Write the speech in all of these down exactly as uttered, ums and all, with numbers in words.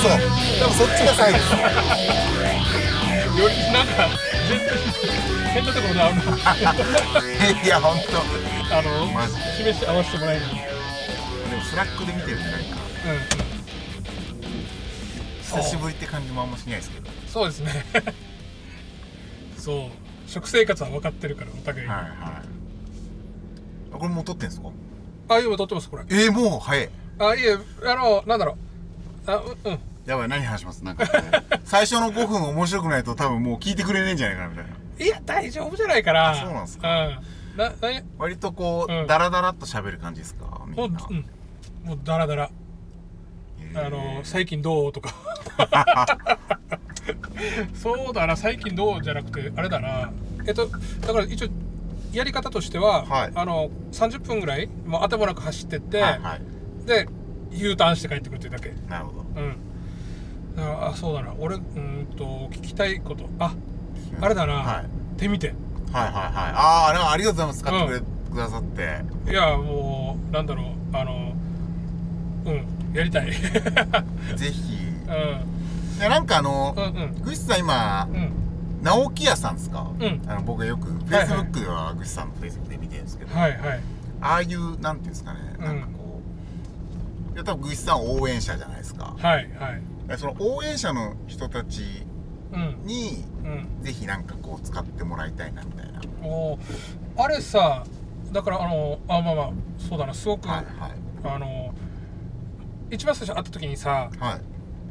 そう多分そっちが最後よりなんか全然変なところであるのいやほんとあのマジで示して合わせてもらえるの。 でもスラックで見てるんでなんかうん久しぶりって感じもあんましないですけどそうですねそう食生活は分かってるからお互いに、 はいはいこれもう撮ってんすかあ今撮ってますこれ。 えー、もう早いあいえあのなんだろうあううんやばい何話しますなんか、ね、最初のごふん面白くないと多分もう聞いてくれねえんじゃないかなみたいないや大丈夫じゃないかな。 あそうなんすかうんなな割とこう、 うんダラダラっと喋る感じですかみんな、 うんもうダラダラえーあの最近どうとかそうだな最近どうじゃなくてあれだなえっとだから一応やり方としては、 はい、 あのさんじゅっぷんぐらいもう頭なく走ってって、 はいはい、 で U ターンして帰ってくるっていうだけ。 なるほど。 うんだからあそうだな俺うんと聞きたいことああれだな、 はい、 手見てはいはいはいああなんかありがとうございます使ってくれ、うん、くださっていやもうなんだろうあのうんやりたいぜひうんいやなんかあの、 うんうん、 グシさん今、うん、直木屋さんですか、 うん、 あの僕がよく Facebook ではグシさんの Facebook で見てるんですけど、 はいはい、 ああいうなんていうんですかね、うん、なんかこういや多分グシさん応援者じゃないですか。 はいはいその応援者の人たちに、 うん、 ぜひなんかこう使ってもらいたいなみたいな。 おあれさだからあのあまあまあそうだなすごく、はいはい、あの一番最初会った時にさ、はい、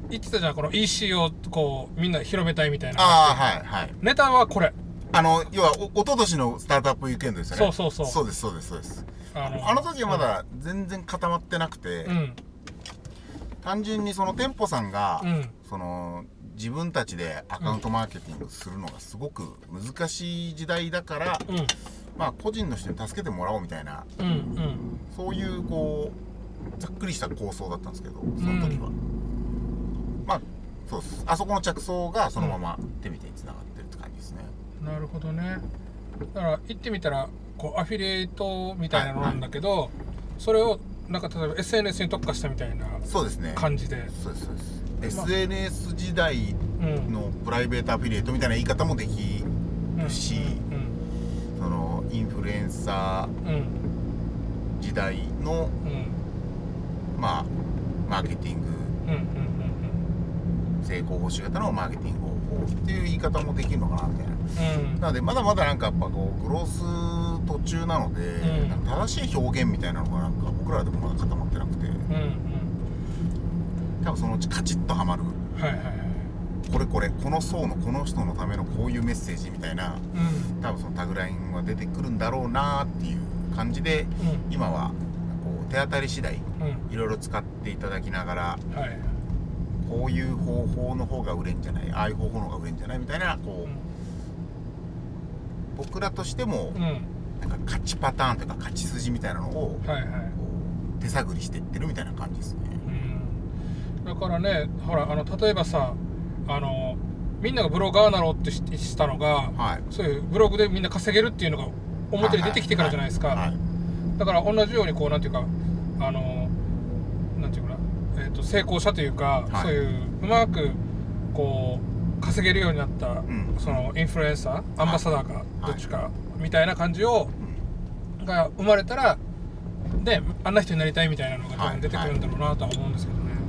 言ってたじゃんこの イーシー をこうみんな広めたいみたいな。 ああはいはい。 ネタはこれあの要はおととしのスタートアップウィークエンドですよね。 そうそうそうそうですそうですそうです。あのあの時はまだ全然固まってなくて、うん、単純にその店舗さんが、うん、その自分たちでアカウントマーケティングするのがすごく難しい時代だから、うん、まあ個人の人に助けてもらおうみたいな、うんうん、そういうこうざっくりした構想だったんですけどその時は、うん、まあそうですあそこの着想がそのまま手みてにつながってるって感じですね。 なるほどね。だから行ってみたらこうアフィリエイトみたいなのなんだけど、はいはい、それをなんか例えば エスエヌエス に特化したみたいな感じで。 そうですね。そうですそうです。まあ、エスエヌエス 時代のプライベートアフィリエイトみたいな言い方もできるし、うんうん、そのインフルエンサー時代の、うん、まあマーケティング、うんうんうんうん、成功報酬型のマーケティング方法っていう言い方もできるのかなみたいな。うん、なのでまだまだなんかやっぱこうグロース途中なので、うん、なんか正しい表現みたいなのがなんか僕らでもまだ固まってなくて、うんうん、多分そのうちカチッとはまる、はいはいはい、これこれこの層のこの人のためのこういうメッセージみたいな、うん、多分そのタグラインは出てくるんだろうなっていう感じで、うん、今はこう手当たり次第、うん、いろいろ使っていただきながら、はい、こういう方法の方が売れんじゃないああいう方法の方が売れんじゃないみたいなこう、うん僕らとしても、うん、なんか勝ちパターンというか勝ち筋みたいなのを、はいはい、こう手探りしていってるみたいな感じですね。 うん、だからねほらあの例えばさあのみんながブロガーなろうってしたのが、はい、そういうブログでみんな稼げるっていうのが表に出てきてからじゃないですか。はいはいはい、だから同じようにこうなんていうかあのなんていうかな、えーと、成功者というか、はい、そういううまくこう稼げるようになった、うん、そのインフルエンサーアンバサダーか、はい、どっちかみたいな感じを、うん、が生まれたらであんな人になりたいみたいなのが多分出てくるんだろうなとは思うんですけどね。はいはい、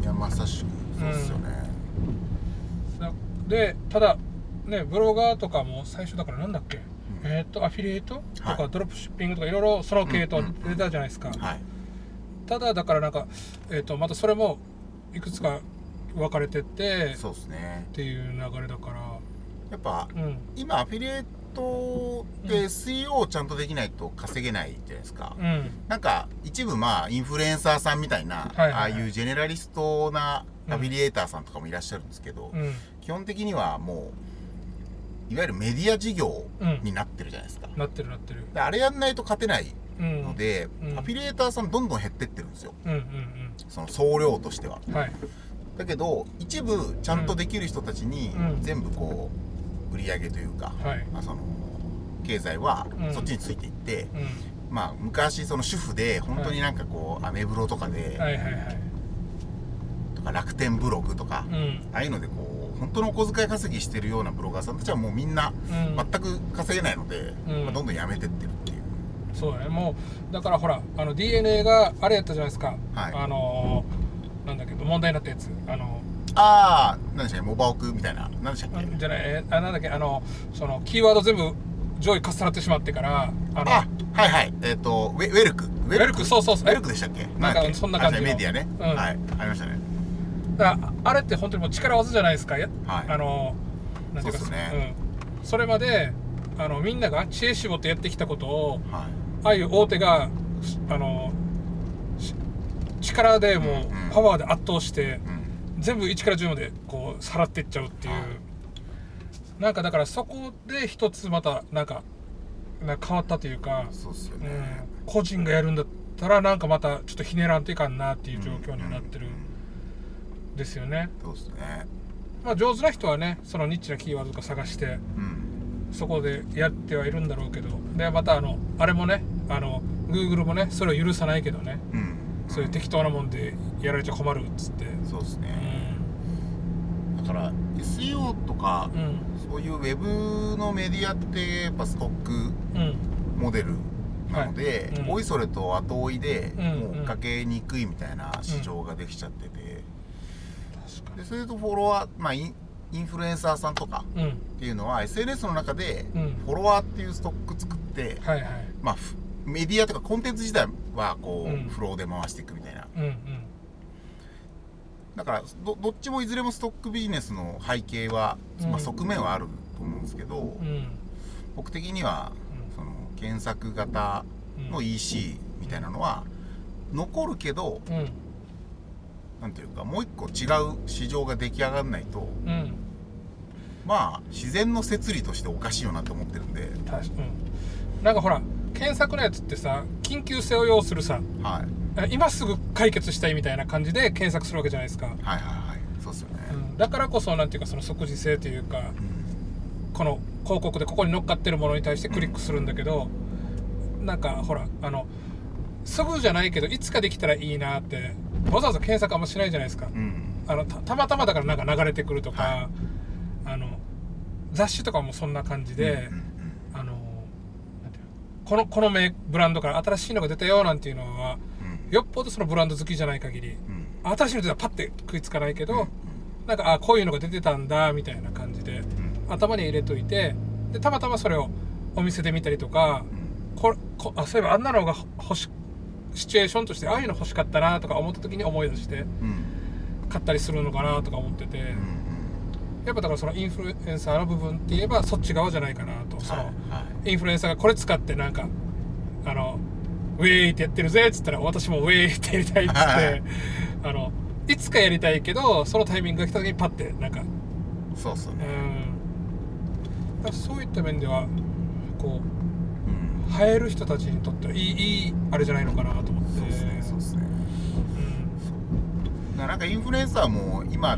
いやまさしくそうですよね。 うん、でただねブロガーとかも最初だからなんだっけ、うん、えっ、ー、とアフィリエイトとか、はい、ドロップシッピングとかいろいろその系統出たじゃないですか。うんうんうんはい、ただだからなんかえっ、ー、とまたそれもいくつか分かれてってそうですねっていう流れだからやっぱ、うん、今アフィリエイトで エスイーオー をちゃんとできないと稼げないじゃないですか、うん、なんか一部まあインフルエンサーさんみたいな、はいはいはい、ああいうジェネラリストなアフィリエイターさんとかもいらっしゃるんですけど、うん、基本的にはもういわゆるメディア事業になってるじゃないですか、 うん、なってるなってるあれやんないと勝てないので、うん、アフィリエイターさんどんどん減ってってるんですよ、うんうんうん、その総量としては、はいだけど一部ちゃんとできる人たちに全部こう売り上げというか、うんまあ、その経済はそっちについていって、うんまあ、昔その主婦で本当になんかこう、はい、アメブロとかで、はいはいはい、 とか楽天ブログとか、うん、ああいうのでこう本当のお小遣い稼ぎしてるようなブロガーさんたちはもうみんな全く稼げないので、うんまあ、どんどんやめてってるっていう。 そうだね。もうだからほらあの ディーエヌエー があれやったじゃないですか、はい、あのー、なんだけど問題になったやつ、あのー、ああ何でしたっけ、モバオクみたいな、何でしたっけじゃない、えあなんだっけ、あのそのキーワード全部上位かっさらってしまってから、 あのあはいはいえっ、ー、とウェウェルクウェルクそうそうそうウェルクでしたっけ、 なんかそんな感じのメディアね、うん、はいありましたね。 だからあれって本当にもう力技じゃないですか、はい、あのなんていうか、そうですね、うん、それまであのみんなが知恵絞ってやってきたことを、はい、ああいう大手があの力でもうパワーで圧倒して、うんうん、全部いちからじゅうまでこうさらっていっちゃうっていう、はい、なんかだからそこで一つまたなんかなんか変わったというか、 そうっすよね、 うん、個人がやるんだったらなんかまたちょっとひねらんといかんなっていう状況になってるんですよね。 そうですね。 まあ上手な人はねそのニッチなキーワードとか探して、うん、そこでやってはいるんだろうけど、でまたあのあれもねあの Google もねそれを許さないけどね、うん、そういう適当なもんでやられちゃ困るっつって。 そうですね、うん、だから エスイーオー とか、うん、そういうウェブのメディアってやっぱストックモデルなので、うんはい、おいそれと後追いで、うん、もう追っかけにくいみたいな市場ができちゃってて、うん、でそれとフォロワー、まあインインフルエンサーさんとかっていうのは、うん、エスエヌエス の中でフォロワーっていうストック作って、うんはいはい、まあメディアとかコンテンツ自体はこう、うん、フローで回していくみたいな、うんうん、だから ど, どっちもいずれもストックビジネスの背景は、まあ、側面はあると思うんですけど、うん、僕的にはその検索型の イーシー みたいなのは残るけど、うん、なんていうかもう一個違う市場が出来上がらないと、うん、まあ自然の摂理としておかしいよなと思ってるんで。 確かに、うん、なんかほら検索のやつってさ緊急性を要するさ、はい、今すぐ解決したいみたいな感じで検索するわけじゃないですか。はいはいはいそうですよね、 うん、だからこそなんていうかその即時性というか、うん、この広告でここに乗っかってるものに対してクリックするんだけど、うん、なんかほらあのすぐじゃないけどいつかできたらいいなってわざわざ検索あんましないじゃないですか、うん、あの た, たまたまだからなんか流れてくるとか、はい、あの雑誌とかもそんな感じで、うんうんうん、あのこのこのメブランドから新しいのが出たよなんていうのは、うん、よっぽどそのブランド好きじゃない限り、うん、新しいの出たらパッて食いつかないけど、うんうん、なんかあこういうのが出てたんだみたいな感じで、うん、頭に入れといてでたまたまそれをお店で見たりとか、うん、ここあそういえばあんなのが欲しシチュエーションとしてああいうの欲しかったなとか思った時に思い出して、うん、買ったりするのかなとか思ってて、うん、やっぱだからそのインフルエンサーの部分って言えばそっち側じゃないかなと、はい、その、はい、インフルエンサーがこれ使ってなんかあのウェーイってやってるぜっつったら私もウェーイってやりたいっつって、はい、あのいつかやりたいけどそのタイミングが来た時にパッてなんかそうっすね、 うん、だそういった面ではこう生える人たちにとってはいい、いいあれじゃないのかなと思って。そうですね、そうですね、 うん、なんかインフルエンサーも今、うん、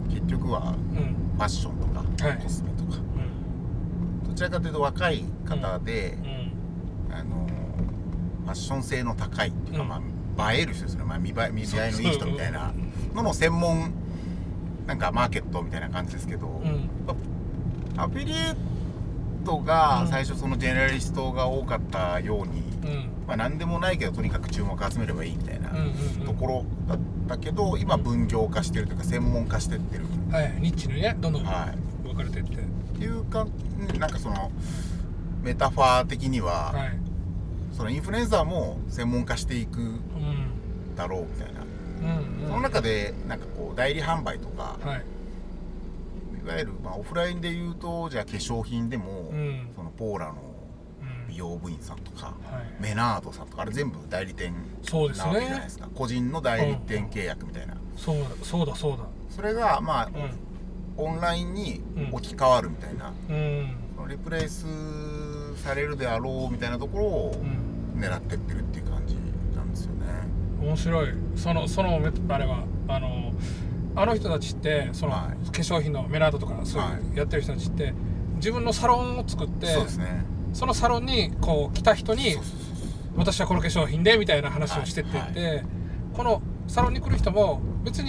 結局はファッションとか、はい、コスメとか、うん、どちらかというと若い方で、うん、あのファッション性の高いっていうか、うんまあ、映える人ですね、まあ、見栄え、見栄えのいい人みたいなのの専門なんかマーケットみたいな感じですけど、うん、アフィリエイトが最初そのジェネラリストが多かったように、うんまあ、何でもないけどとにかく注目を集めればいいみたいなところだったけど、今分業化してるというか専門化してってる、 はい、ニッチにねどんどん分かれてって、はい、 っていうかなんかそのメタファー的には、はい、そのインフルエンサーも専門化していくだろうみたいな、うんうん、その中でなんかこう代理販売とか、はいいわゆるまあオフラインで言うとじゃあ化粧品でも、うん、そのポーラの美容部員さんとか、うんはい、メナードさんとかあれ全部代理店なわけじゃないですか、ね、個人の代理店契約みたいな、うん、 そうだそうだそうだそれがまあ、うん、オンラインに置き換わるみたいな、うん、そのリプレイスされるであろうみたいなところを狙ってってるっていう感じなんですよね。 面白いそのそのあれはあのあの人たちってその、はい、化粧品のメナードとかそういうやってる人たちって、はい、自分のサロンを作って そ, うです、ね、そのサロンにこう来た人にそうそうそうそう私はこの化粧品でみたいな話をしてってって、はいはい、このサロンに来る人も別に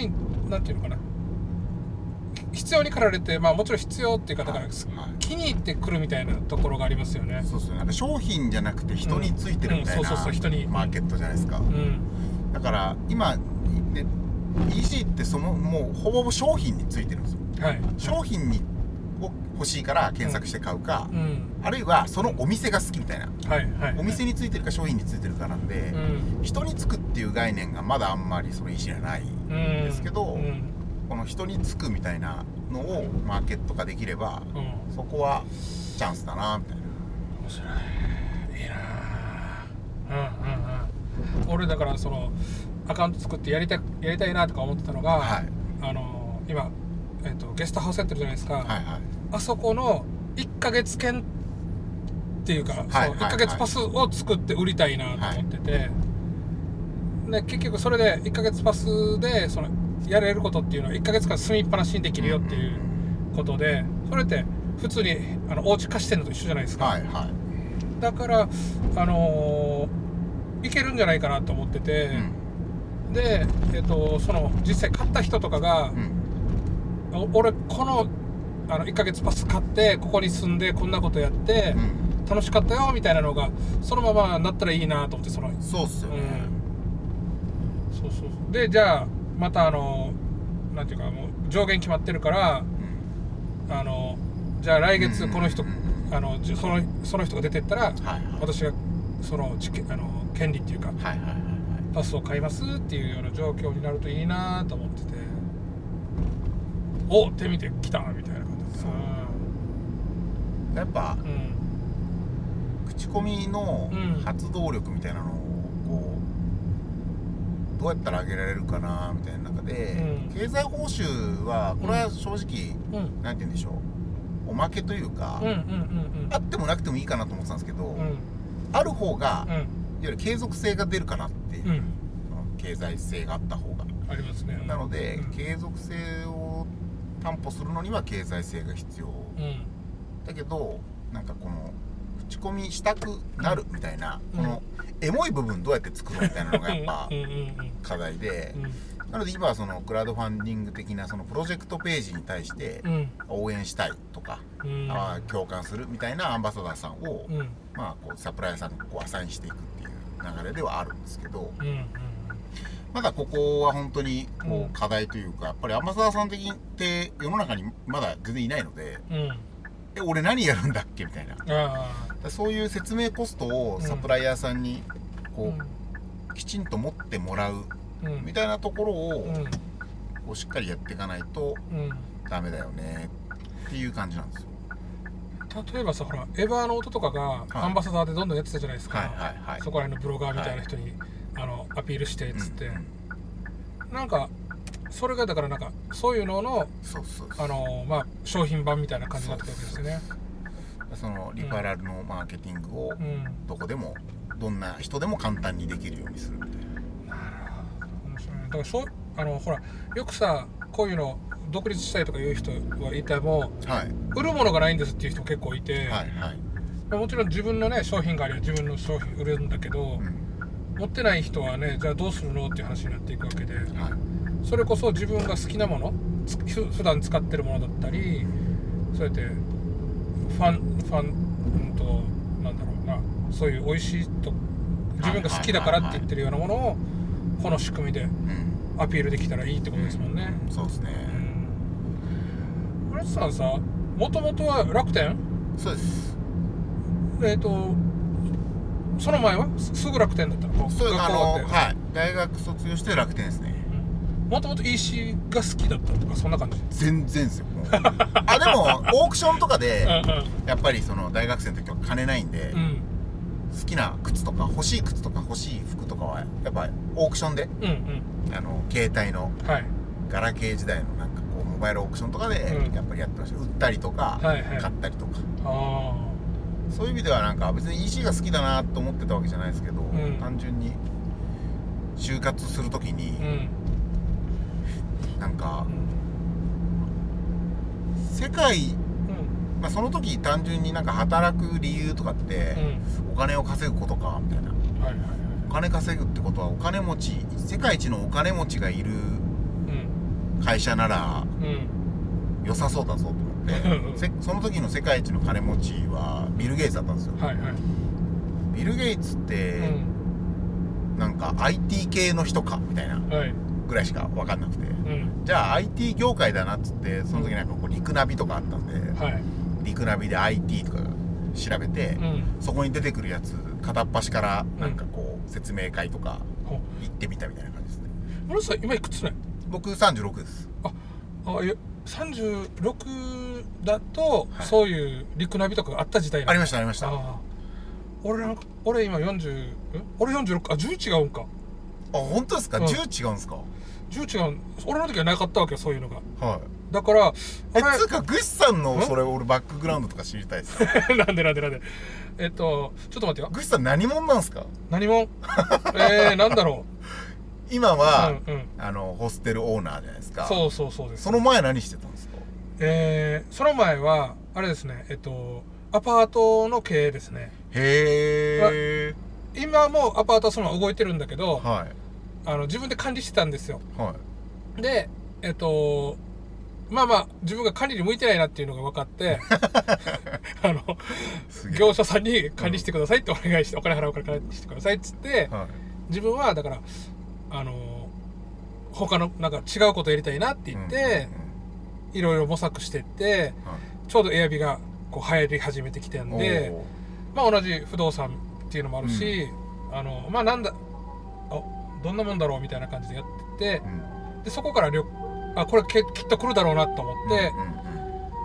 なんていうのかな、必要に駆られて、まあもちろん必要っていうかだから、はいはい、気に入ってくるみたいなところがありますよね。 そうそう、なんか商品じゃなくて人についてるみたいなマーケットじゃないですか、うん、だから今、ね、イージー ってそのもうほぼほぼ商品についてるんですよ、はい、商品にを欲しいから検索して買うか、うん、あるいはそのお店が好きみたいな、はいはい、お店についてるか商品についてるかなんで、うん、人につくっていう概念がまだあんまりそのイージーにはないんですけど、うんうん、この人につくみたいなのをマーケット化できれば、うん、そこはチャンスだなみたいな。 面白い、いいな。うんうんうん。俺だからそのアカウント作ってやりたいやりたいなとか思ってたのが、はい、あの今、えーと、ゲストハウスやってるじゃないですか、はいはい、あそこのいっかげつ券っていうか、はいはいはい、そういっかげつパスを作って売りたいなと思ってて、はい、で結局それでいっかげつパスでそのやれることっていうのはいっかげつかん住みっぱなしにできるよっていうことで、それって普通にあのお家貸してるのと一緒じゃないですか、はいはい、だからあのー、いけるんじゃないかなと思ってて、うん、で、えーと、その実際買った人とかが、うん、俺この、あのいっかげつパス買ってここに住んでこんなことやって、うん、楽しかったよみたいなのがそのままなったらいいなと思って、そのそうっすよね、 うん、そうそうそうでじゃあまたあのなんていうかもう上限決まってるから、うん、あのじゃあ来月この人、うんうんうん、あのそのその人が出てったら、はいはい、私がそのチケあの権利っていうか、はいはいはいはい、パスを買いますっていうような状況になるといいなと思ってて、お手見てきたみたいな感じで、 うん、やっぱ、うん、口コミの発動力みたいなのをこうどうやったら上げられるかなみたいな中で、うん、経済報酬はこれは正直、うん、なんて言うんでしょう、おまけというか、うんうんうんうん、あってもなくてもいいかなと思ってたんですけど、うん、ある方が、うん、いわゆる継続性が出るかなっていう、うん、経済性があった方がありますね。 なので、うん、継続性を担保するのには経済性が必要、うん、だけどなんかこの口コミしたくなるみたいな、うん、このエモい部分どうやって作ろうみたいなのがやっぱ課題で、うん、なので今はそのクラウドファンディング的なそのプロジェクトページに対して応援したいとか、うん、あ共感するみたいなアンバサダーさんを、うん、まあこうサプライヤーさんがこうアサインしていくっていう流れではあるんですけど、うんうん、まだここは本当にこう課題というか、やっぱりアンバサダーさん的って世の中にまだ全然いないので、うん、え俺何やるんだっけみたいな、あそういう説明コストをサプライヤーさんにこう、うん、きちんと持ってもらうみたいなところを、うん、こうしっかりやっていかないとダメだよねっていう感じなんですよ。 例えばさ、ほらエヴァーノートとかがアンバサダーでどんどんやってたじゃないですか、はいはいはいはい、そこら辺のブロガーみたいな人に、はい、あのアピールしてっつって、うんうん、なんかそれがだからなんかそういうののそうそうそうあの、まあ、商品版みたいな感じになってくるわけですね。 そのリファラルのマーケティングをどこでも、うん、どんな人でも簡単にできるようにするみたいな。なるほど、面白いね。だからそうあのほらよくさこういうの独立したいとかいう人はいても、はい、売るものがないんですっていう人結構いて、はいはい、もちろん自分のね商品があれば自分の商品売れるんだけど、うん、持ってない人はねじゃあどうするのっていう話になっていくわけで、はい、それこそ自分が好きなもの普段使ってるものだったり、そうやってファンファン、うんとなんだろうな、そういう美味しいと自分が好きだからって言ってるようなものをこの仕組みでアピールできたらいいってことですもんね。 うん、そうですね。 村津さんさ、もともとは楽天？ そうです。 えっとその前はすぐ楽天だったの？ そうあのはい大学卒業して楽天ですね。 もともと イーシー が好きだったとかそんな感じ？ 全然ですよ。あでもオークションとかでうん、うん、やっぱりその大学生の時は金ないんで、うん、好きな靴とか欲しい靴とか欲しい服とかはやっぱオークションで、うんうん、あの携帯の、はい、ガラケー時代のなんかこうモバイルオークションとかでやっぱりやってました。売ったりとか、はいはい、買ったりとか。あそういう意味ではなんか別に イーシー が好きだなと思ってたわけじゃないですけど、うん、単純に就活するときに、うん、なんか、うん、世界、うんまあ、その時単純になんか働く理由とかって、うん、お金を稼ぐことかみたいな、はいはいはい、お金稼ぐってことはお金持ち世界一のお金持ちがいる会社なら良さそうだぞと思ってせその時の世界一の金持ちはビル・ゲイツだったんですよ、はいはい、ビル・ゲイツって、うん、なんか アイティー 系の人かみたいなぐらいしか分かんなくて、うん、じゃあ アイティー 業界だなっつってその時なんかこうリクナビとかあったんで、はい、リクナビで アイティー とか調べて、うん、そこに出てくるやつ片っ端からなんかこう説明会とか行ってみたみたいな感じですね。 あのさ今いくつね？ 僕さんじゅうろくです。 ああ、いやさんじゅうろくだと、はい、そういうリクナビとかがあった時代ありましたありました。あ俺なんか俺今よんじゅう、俺よんじゅうろく、あじゅう違うんか。 あ本当ですか、うん、じゅう違うんですか。 じゅう違う、俺の時はなかったわけよそういうのが。はい。だから、 えつうかグシさんのそれ俺バックグラウンドとか知りたいです。 なんでなんでなんで。えっとちょっと待ってよ。 グシさん何者なんですか。 何者？えー、なんだろう。 今は、うんうん、あのホステルオーナーじゃないですか。 そうそうそうです。 その前何してたんですか。 えー、その前はあれですね、えっとアパートの経営ですね。へえ、ま。今もアパートはそのまま動いてるんだけど、はい、あの自分で管理してたんですよ。はい、でえっとまあまあ自分が管理に向いてないなっていうのが分かってあの業者さんに管理してくださいってお願いして、うん、お金払うから管理してくださいっつって、はい、自分はだからあの他のなんか違うことやりたいなって言って、うんうんうん、いろいろ模索してって、はい、ちょうどエアビがこう流行り始めてきてんで、まあ同じ不動産っていうのもあるし、うん、あのまあなんだあどんなもんだろうみたいな感じでやってて、うん、でそこから旅あこれきっと来るだろうなと思って、うんうんうん、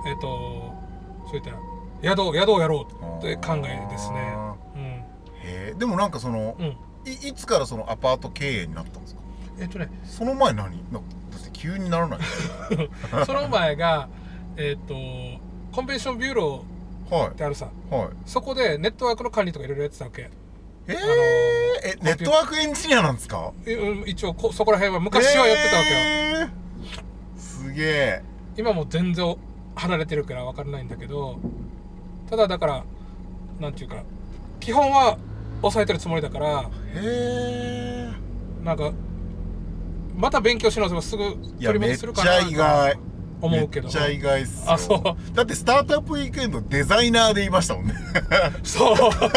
えっ、ー、とそういった宿宿をやろうって考えですね。うん、 へえ。でもなんかその、うん、い, いつからそのアパート経営になったんですか。 えっ、ー、とねその前何だって急にならないその前がえっ、ー、とコンベンションビューローってあるさ、はいはい、そこでネットワークの管理とかいろいろやってたわけ。 えー、あのー、えネットワークエンジニアなんですか。 一応こそこら辺は昔はやってたわけよ、えー、すげえ。 今も全然離れてるから分からないんだけど、ただだからなんていうか基本は抑えてるつもりだから、へえ。なんかまた勉強し直せばすぐ取り戻せるかな。 めっちゃ意外。 思うけど。 めっちゃ意外っすよ。 あ、そう。 だってスタートアップウィークエンドデザイナーでいましたもんね。 そう。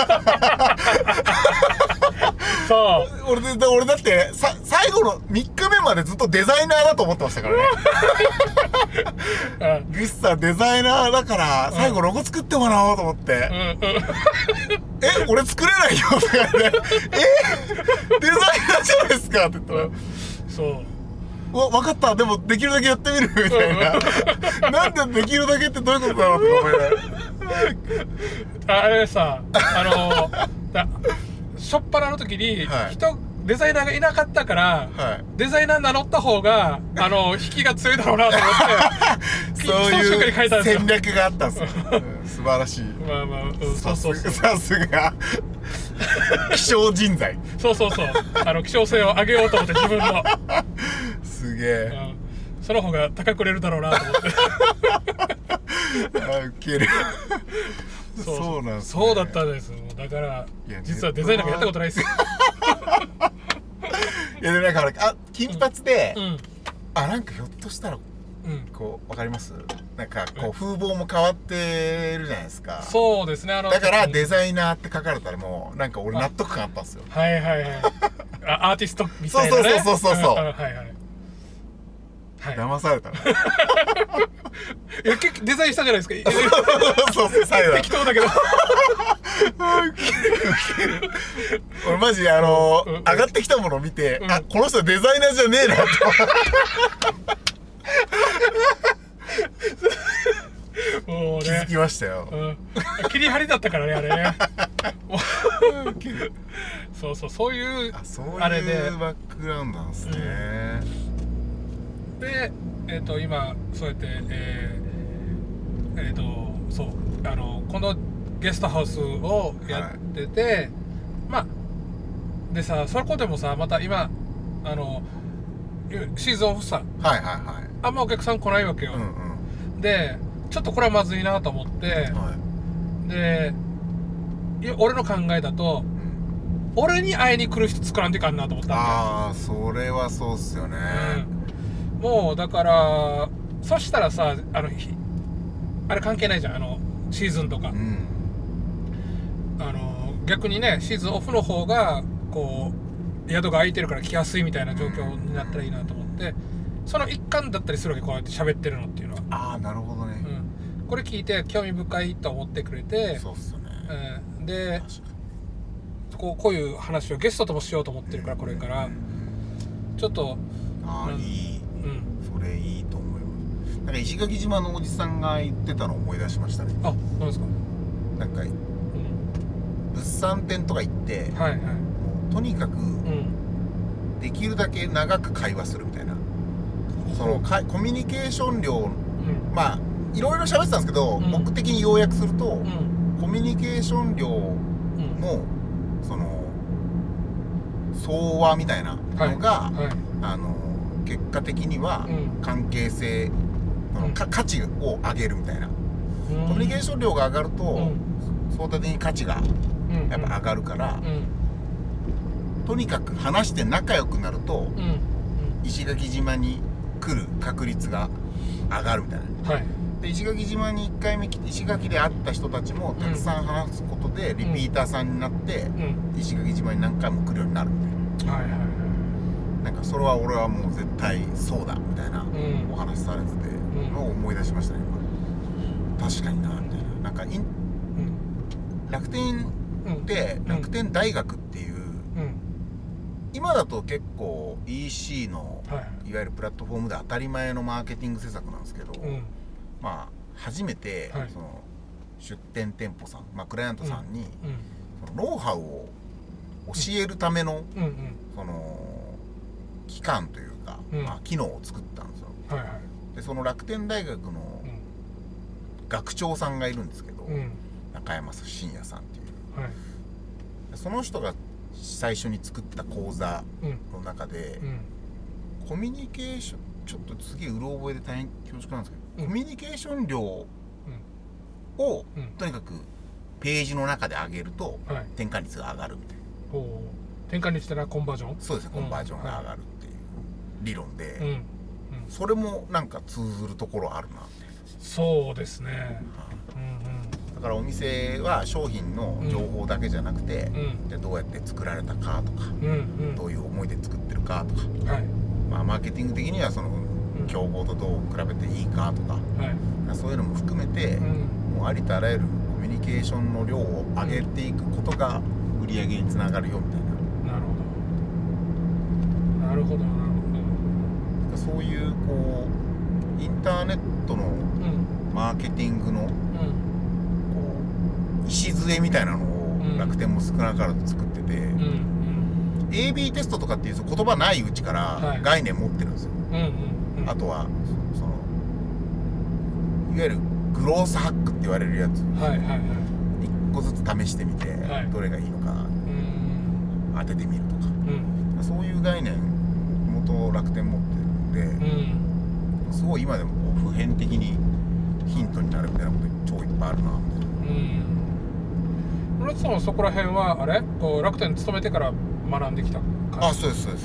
そう。 俺で俺だってさ最後のみっかめまでずっとデザイナーだと思ってましたからね。グッサーデザイナーだから最後ロゴ作ってもらおうと思って。うんうん、え俺作れないよとか言って。えデザイナーじゃないですかって言ったら。うん、そう。わ分かったでもできるだけやってみるみたいな。なんでできるだけってどういうことだろうとか思いながら。 あれさあのだ初っ端の時に、はい、人デザイナーがいなかったから、はい、デザイナー名乗った方があの引きが強いだろうなと思ってそういう戦略があったんですよ、うん、素晴らしい。 まあまあ、うん、そうそうそうさすが希少人材。 そうそうそうあの希少性を上げようと思って自分のすげえ、 うん、その方が高く売れるだろうなと思ってあウケるそうそうなんです、 ね、そうだったんです。だから実はデザイナーがやったことないですよ。 いやでなんかあ金髪で、うんうん、あなんかひょっとしたら、うん、こうわかります？なんかこう風貌も変わってるじゃないですか。 そうですね。あのだからデザイナーって書かれたらもうなんか俺納得感あったんですよ。 はいはいはい。あアーティストみたいなね。 そうそうそうそうそう。 はいはい。 はい、騙されたの。 いや結構デザインしたじゃないですか。 そうそう最後適当だけど。 俺マジあのーうん、上がってきたものを見て、うん、あこの人デザイナーじゃねえなともう、ね、気づきましたよ、 うん、切り張りだったからねあれね。そうそうそういうあそういうあれでバックグラウンドなんですね、 うん、でえっ、ー、と今そうやってえー、えー、とそうあのこのゲストハウスをやってて、はい、まあでさそこでもさまた今あのシーズンオフさ、 はいはいはい、 あんまお客さん来ないわけよ、うんうん、でちょっとこれはまずいなと思って、はい、で俺の考えだと、うん、俺に会いに来る人作らんといかんなと思ったんだよ。 ああそれはそうっすよね、 うん、 もうだからそしたらさあのあれ関係ないじゃんあのシーズンとか、うん、あの逆にねシーズンオフの方がこう宿が空いてるから来やすいみたいな状況になったらいいなと思って、その一環だったりするわけこうやって喋ってるのっていうのは。 ああなるほどね、 うん、これ聞いて興味深いと思ってくれて、 そうっすね、 うん、でこう、こういう話をゲストともしようと思ってるからこれからちょっとああ、うん、いい、うん、それいいと思います。なんか石垣島のおじさんが言ってたのを思い出しましたね。 あ、何ですか。 なんか、うん、物産展とか行って、はいはい、もうとにかく、うん、できるだけ長く会話するみたいな、そのかコミュニケーション量、うん、まあいろいろ喋ってたんですけど、うん、僕的に要約すると、うん、コミュニケーション量の、うん、その総和みたいなのが、はいはい、あの結果的には関係性、うん、か価値を上げるみたいな、うん、コミュニケーション量が上がると、うん、相対的に価値がやっぱ上がるから、うんうん、とにかく話して仲良くなると、うん、石垣島に来る確率が上がるみたいな、はい、で石垣島にいっかいめ来て石垣で会った人たちもたくさん話すことでリピーターさんになって、うん、石垣島に何回も来るようになるみたいな、はいはいはい、なんかそれは俺はもう絶対そうだみたいなお話されててのを思い出しましたね今。確かになみたいな、なんかイン、うん、楽天って楽天大学っていう、うん、今だと結構 イーシー の、はい、いわゆるプラットフォームで当たり前のマーケティング施策なんですけど、うん、まあ初めて、はい、その出店店舗さん、まあ、クライアントさんに、うんうん、そのノウハウを教えるための、うんうん、その機関というか、うんまあ、機能を作ったんですよ、はいはい、でその楽天大学の学長さんがいるんですけど、うん、中山信也さんっていう、はい、その人が最初に作った講座の中で、うんうん、コミュニケーションちょっと次うろ覚えで大変恐縮なんですけど、うん、コミュニケーション量を、うん、とにかくページの中で上げると、はい、転換率が上がるみたいな。 お転換率ってのはコンバージョン？ そうですね、コンバージョンが上がるっていう理論で、うんうん、それもなんか通ずるところあるなみたいな。 そうですね、うんうん、 だからお店は商品の情報だけじゃなくて、うん、じゃあどうやって作られたかとか、うんうん、どういう思いで作ってるかとか、はいまあ、マーケティング的にはその競合とどう比べていいかとか、はい、そういうのも含めて、うん、もうありとあらゆるコミュニケーションの量を上げていくことが売り上げにつながるよみたいな。なるほどなるほどなるほど。そういうこうインターネットのマーケティングの、うん、こう礎みたいなのを楽天も少なからず作ってて、うんうん、エービー テストとかっていう言葉ないうちから概念持ってるんですよ、はいうんうんうん、あとはそのいわゆるグロースハックって言われるやつ、はいはいはい、いっこずつ試してみて、はい、どれがいいのか当ててみるとか、うん、そういう概念元楽天持ってるんで、うん、すごい今でもこう普遍的にヒントになるみたいなこと超いっぱいあるなみたいな。 うん。村津さんはそこら辺はあれこう楽天に勤めてから学んできた感じ？ あ、そうですそうです。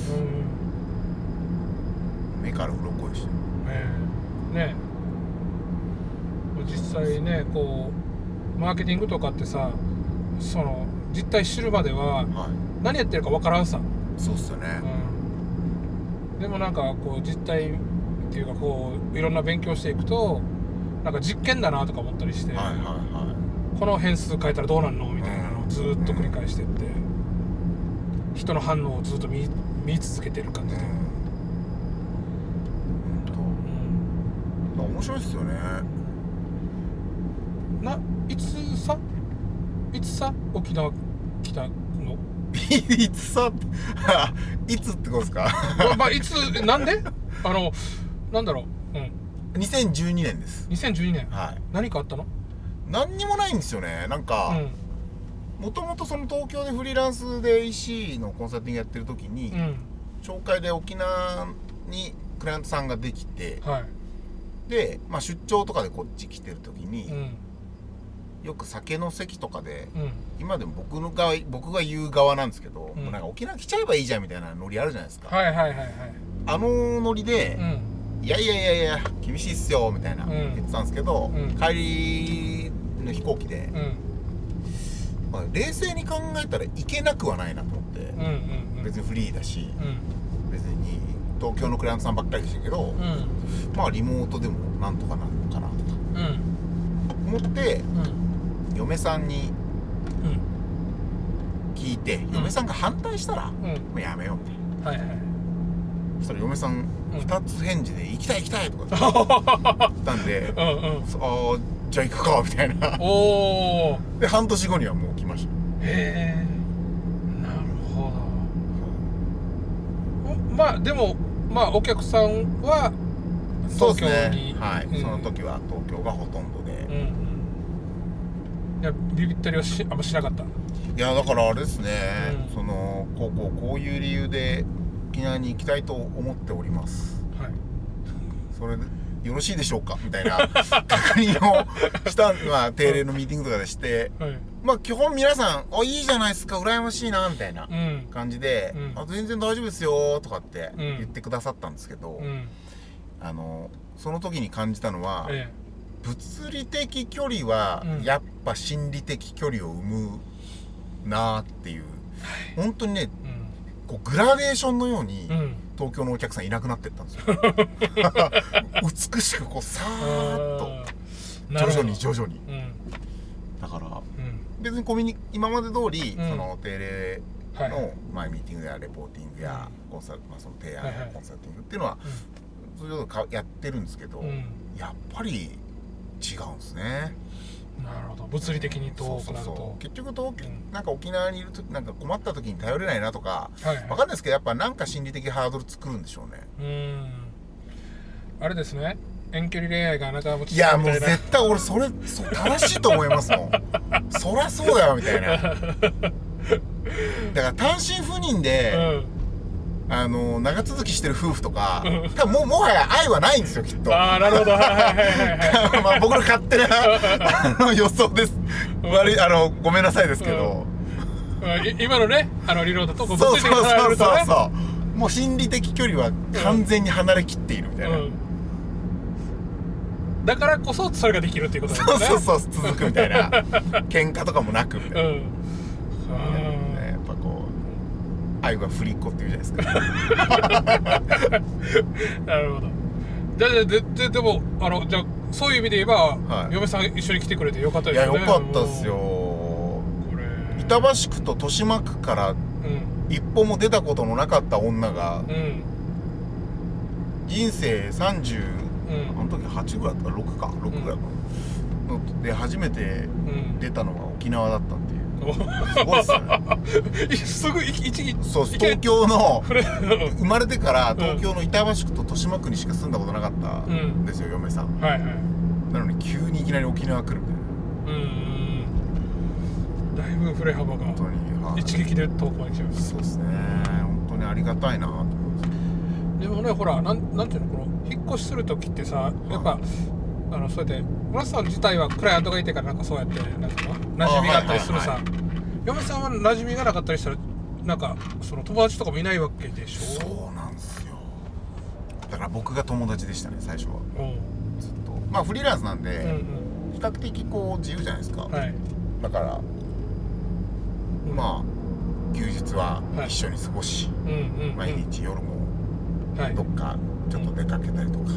うん目から鱗でした。ええねえ。実際ねこうマーケティングとかってさその実態知るまでは何やってるか分からんさ、はい、 そうっすよね、 うん、でもなんかこう実態っていうかこういろんな勉強していくとなんか実験だなとか思ったりして、はいはいはい、この変数変えたらどうなんのみたいなのをずっと繰り返してって、うん、人の反応をずっと 見, 見続けてる感じで、 うんうん、面白いっすよね。 ないつさいつさ沖縄来たのいつさいつってことですかまあ、まあ、いつなんであのなんだろう、うん、 にせんじゅうにねんです。 にせんじゅうにねん、はい、何かあったの？ 何にもないんですよね。なんかもともとその東京でフリーランスで イーシー のコンサルティングやってる時に、うん、紹介で沖縄にクライアントさんができて、はい、で、まあ、出張とかでこっち来てる時に、うんよく酒の席とかで、うん、今でも僕の側僕が言う側なんですけど、うん、もうなんか沖縄来ちゃえばいいじゃんみたいなノリあるじゃないですか。 はいはいはいはい。 あのノリで、うん、 いやいやいやいや厳しいっすよみたいな、うん、言ってたんですけど、うん、帰りの飛行機で、うんまあ、冷静に考えたら行けなくはないなと思って、うんうんうん、別にフリーだし、うん、別に東京のクライアントさんばっかりでしたけど、うん、まあリモートでもなんとかなるのかなとか、うん、思って、うん、嫁さんに聞いて、うん、嫁さんが反対したら、うん、もうやめようみたいな、はいはい、そしたら嫁さんふたつ返事で行きたい行きたいとかって言ったんでうん、うん、あじゃあ行くかみたいなおで半年後にはもう来ました。 へえなるほど。まあでもまあお客さんは東京にそうですね、 はい、うん、その時は東京がほとんどで、うんうん、 いやビビったりはしあんましなかった。 いやだからあれですね、うん、そのこうこうこういう理由で沖縄に行きたいと思っております、はい、それでよろしいでしょうかみたいな確認をしたまあ定例のミーティングとかでして、はい、まあ基本皆さんあいいじゃないですか羨ましいなみたいな感じで、うん、あ全然大丈夫ですよとかって言ってくださったんですけど、うん、あのその時に感じたのは、ええ、物理的距離はやっぱ心理的距離を生むなっていう、うん、本当にね、うん、こうグラデーションのように、うん東京のお客さんいなくなってったんですよ美しくこうさーっと徐々に徐々に、うん、だから、うん、別にコミュニ今まで通り、うん、その定例の、はいまあ、ミーティングやレポーティングや、うん、コンサル、まあ、その提案やコンサルティングっていうのは、はいはい、そういうことやってるんですけど、うん、やっぱり違うんですね。 なるほど物理的に遠くなるとそうそうそう結局東京、うん、なんか沖縄にいるとなんか困った時に頼れないなとか、はいはい、分かんないですけどやっぱなんか心理的ハードル作るんでしょうね。うーんあれですね遠距離恋愛が仲持ちいやもう絶対俺それそ正しいと思いますもんそりゃそうだよみたいなだから単身赴任で、うんあの長続きしてる夫婦とか多分 も, もはや愛はないんですよきっと。 ああなるほどはいはいはい、 まあ僕の勝手なあの予想です悪いあのごめんなさいですけど、 うん、今のねあの理論だとそうそうそうそうそう、ね、もう心理的距離は完全に離れきっているみたいな、うんうん、 だからこそそれができるっていうことですね。 そうそうそう続くみたいな喧嘩とかもなくみたいな、うんうん愛は振りっ子って言うじゃないですかなるほど。じゃあで, で, でもあのじゃあそういう意味で言えば、はい、嫁さん一緒に来てくれてよかったですよね。 いやよかったですよ。これ板橋区と豊島区から一歩も出たことのなかった女が、うん、人生さんじゅう、うん、あの時はちぐらいだったかろくかろくぐらいかな、うん、で初めて出たのが沖縄だったっていう、すごいっすねすぐ一撃そう東京の生まれてから東京の板橋区と豊島区にしか住んだことなかったんですよ、うん、嫁さん、はいはい、なのに急にいきなり沖縄来るみたいな。 うんだいぶ振れ幅が本当に、はい、一撃で遠くまで来ちゃいます。 そうですね本当にありがたいなと思います。 でもねほらなん、なんていうのこの引っ越しする時ってさやっぱ、はいあのそうやって村さん自体はクライアントがいてからなんかそうやってなんか馴染みがあったりするさ、はいはいはい、嫁さんは馴染みがなかったりしたらなんかその友達とかもいないわけでしょ。 そうなんですよ。だから僕が友達でしたね最初は。ずっとまあフリーランスなんで、うんうん、比較的こう自由じゃないですか、はい、だから、うん、まあ休日は一緒に過ごし、はい、毎日夜もどっかちょっと出かけたりとか、うん、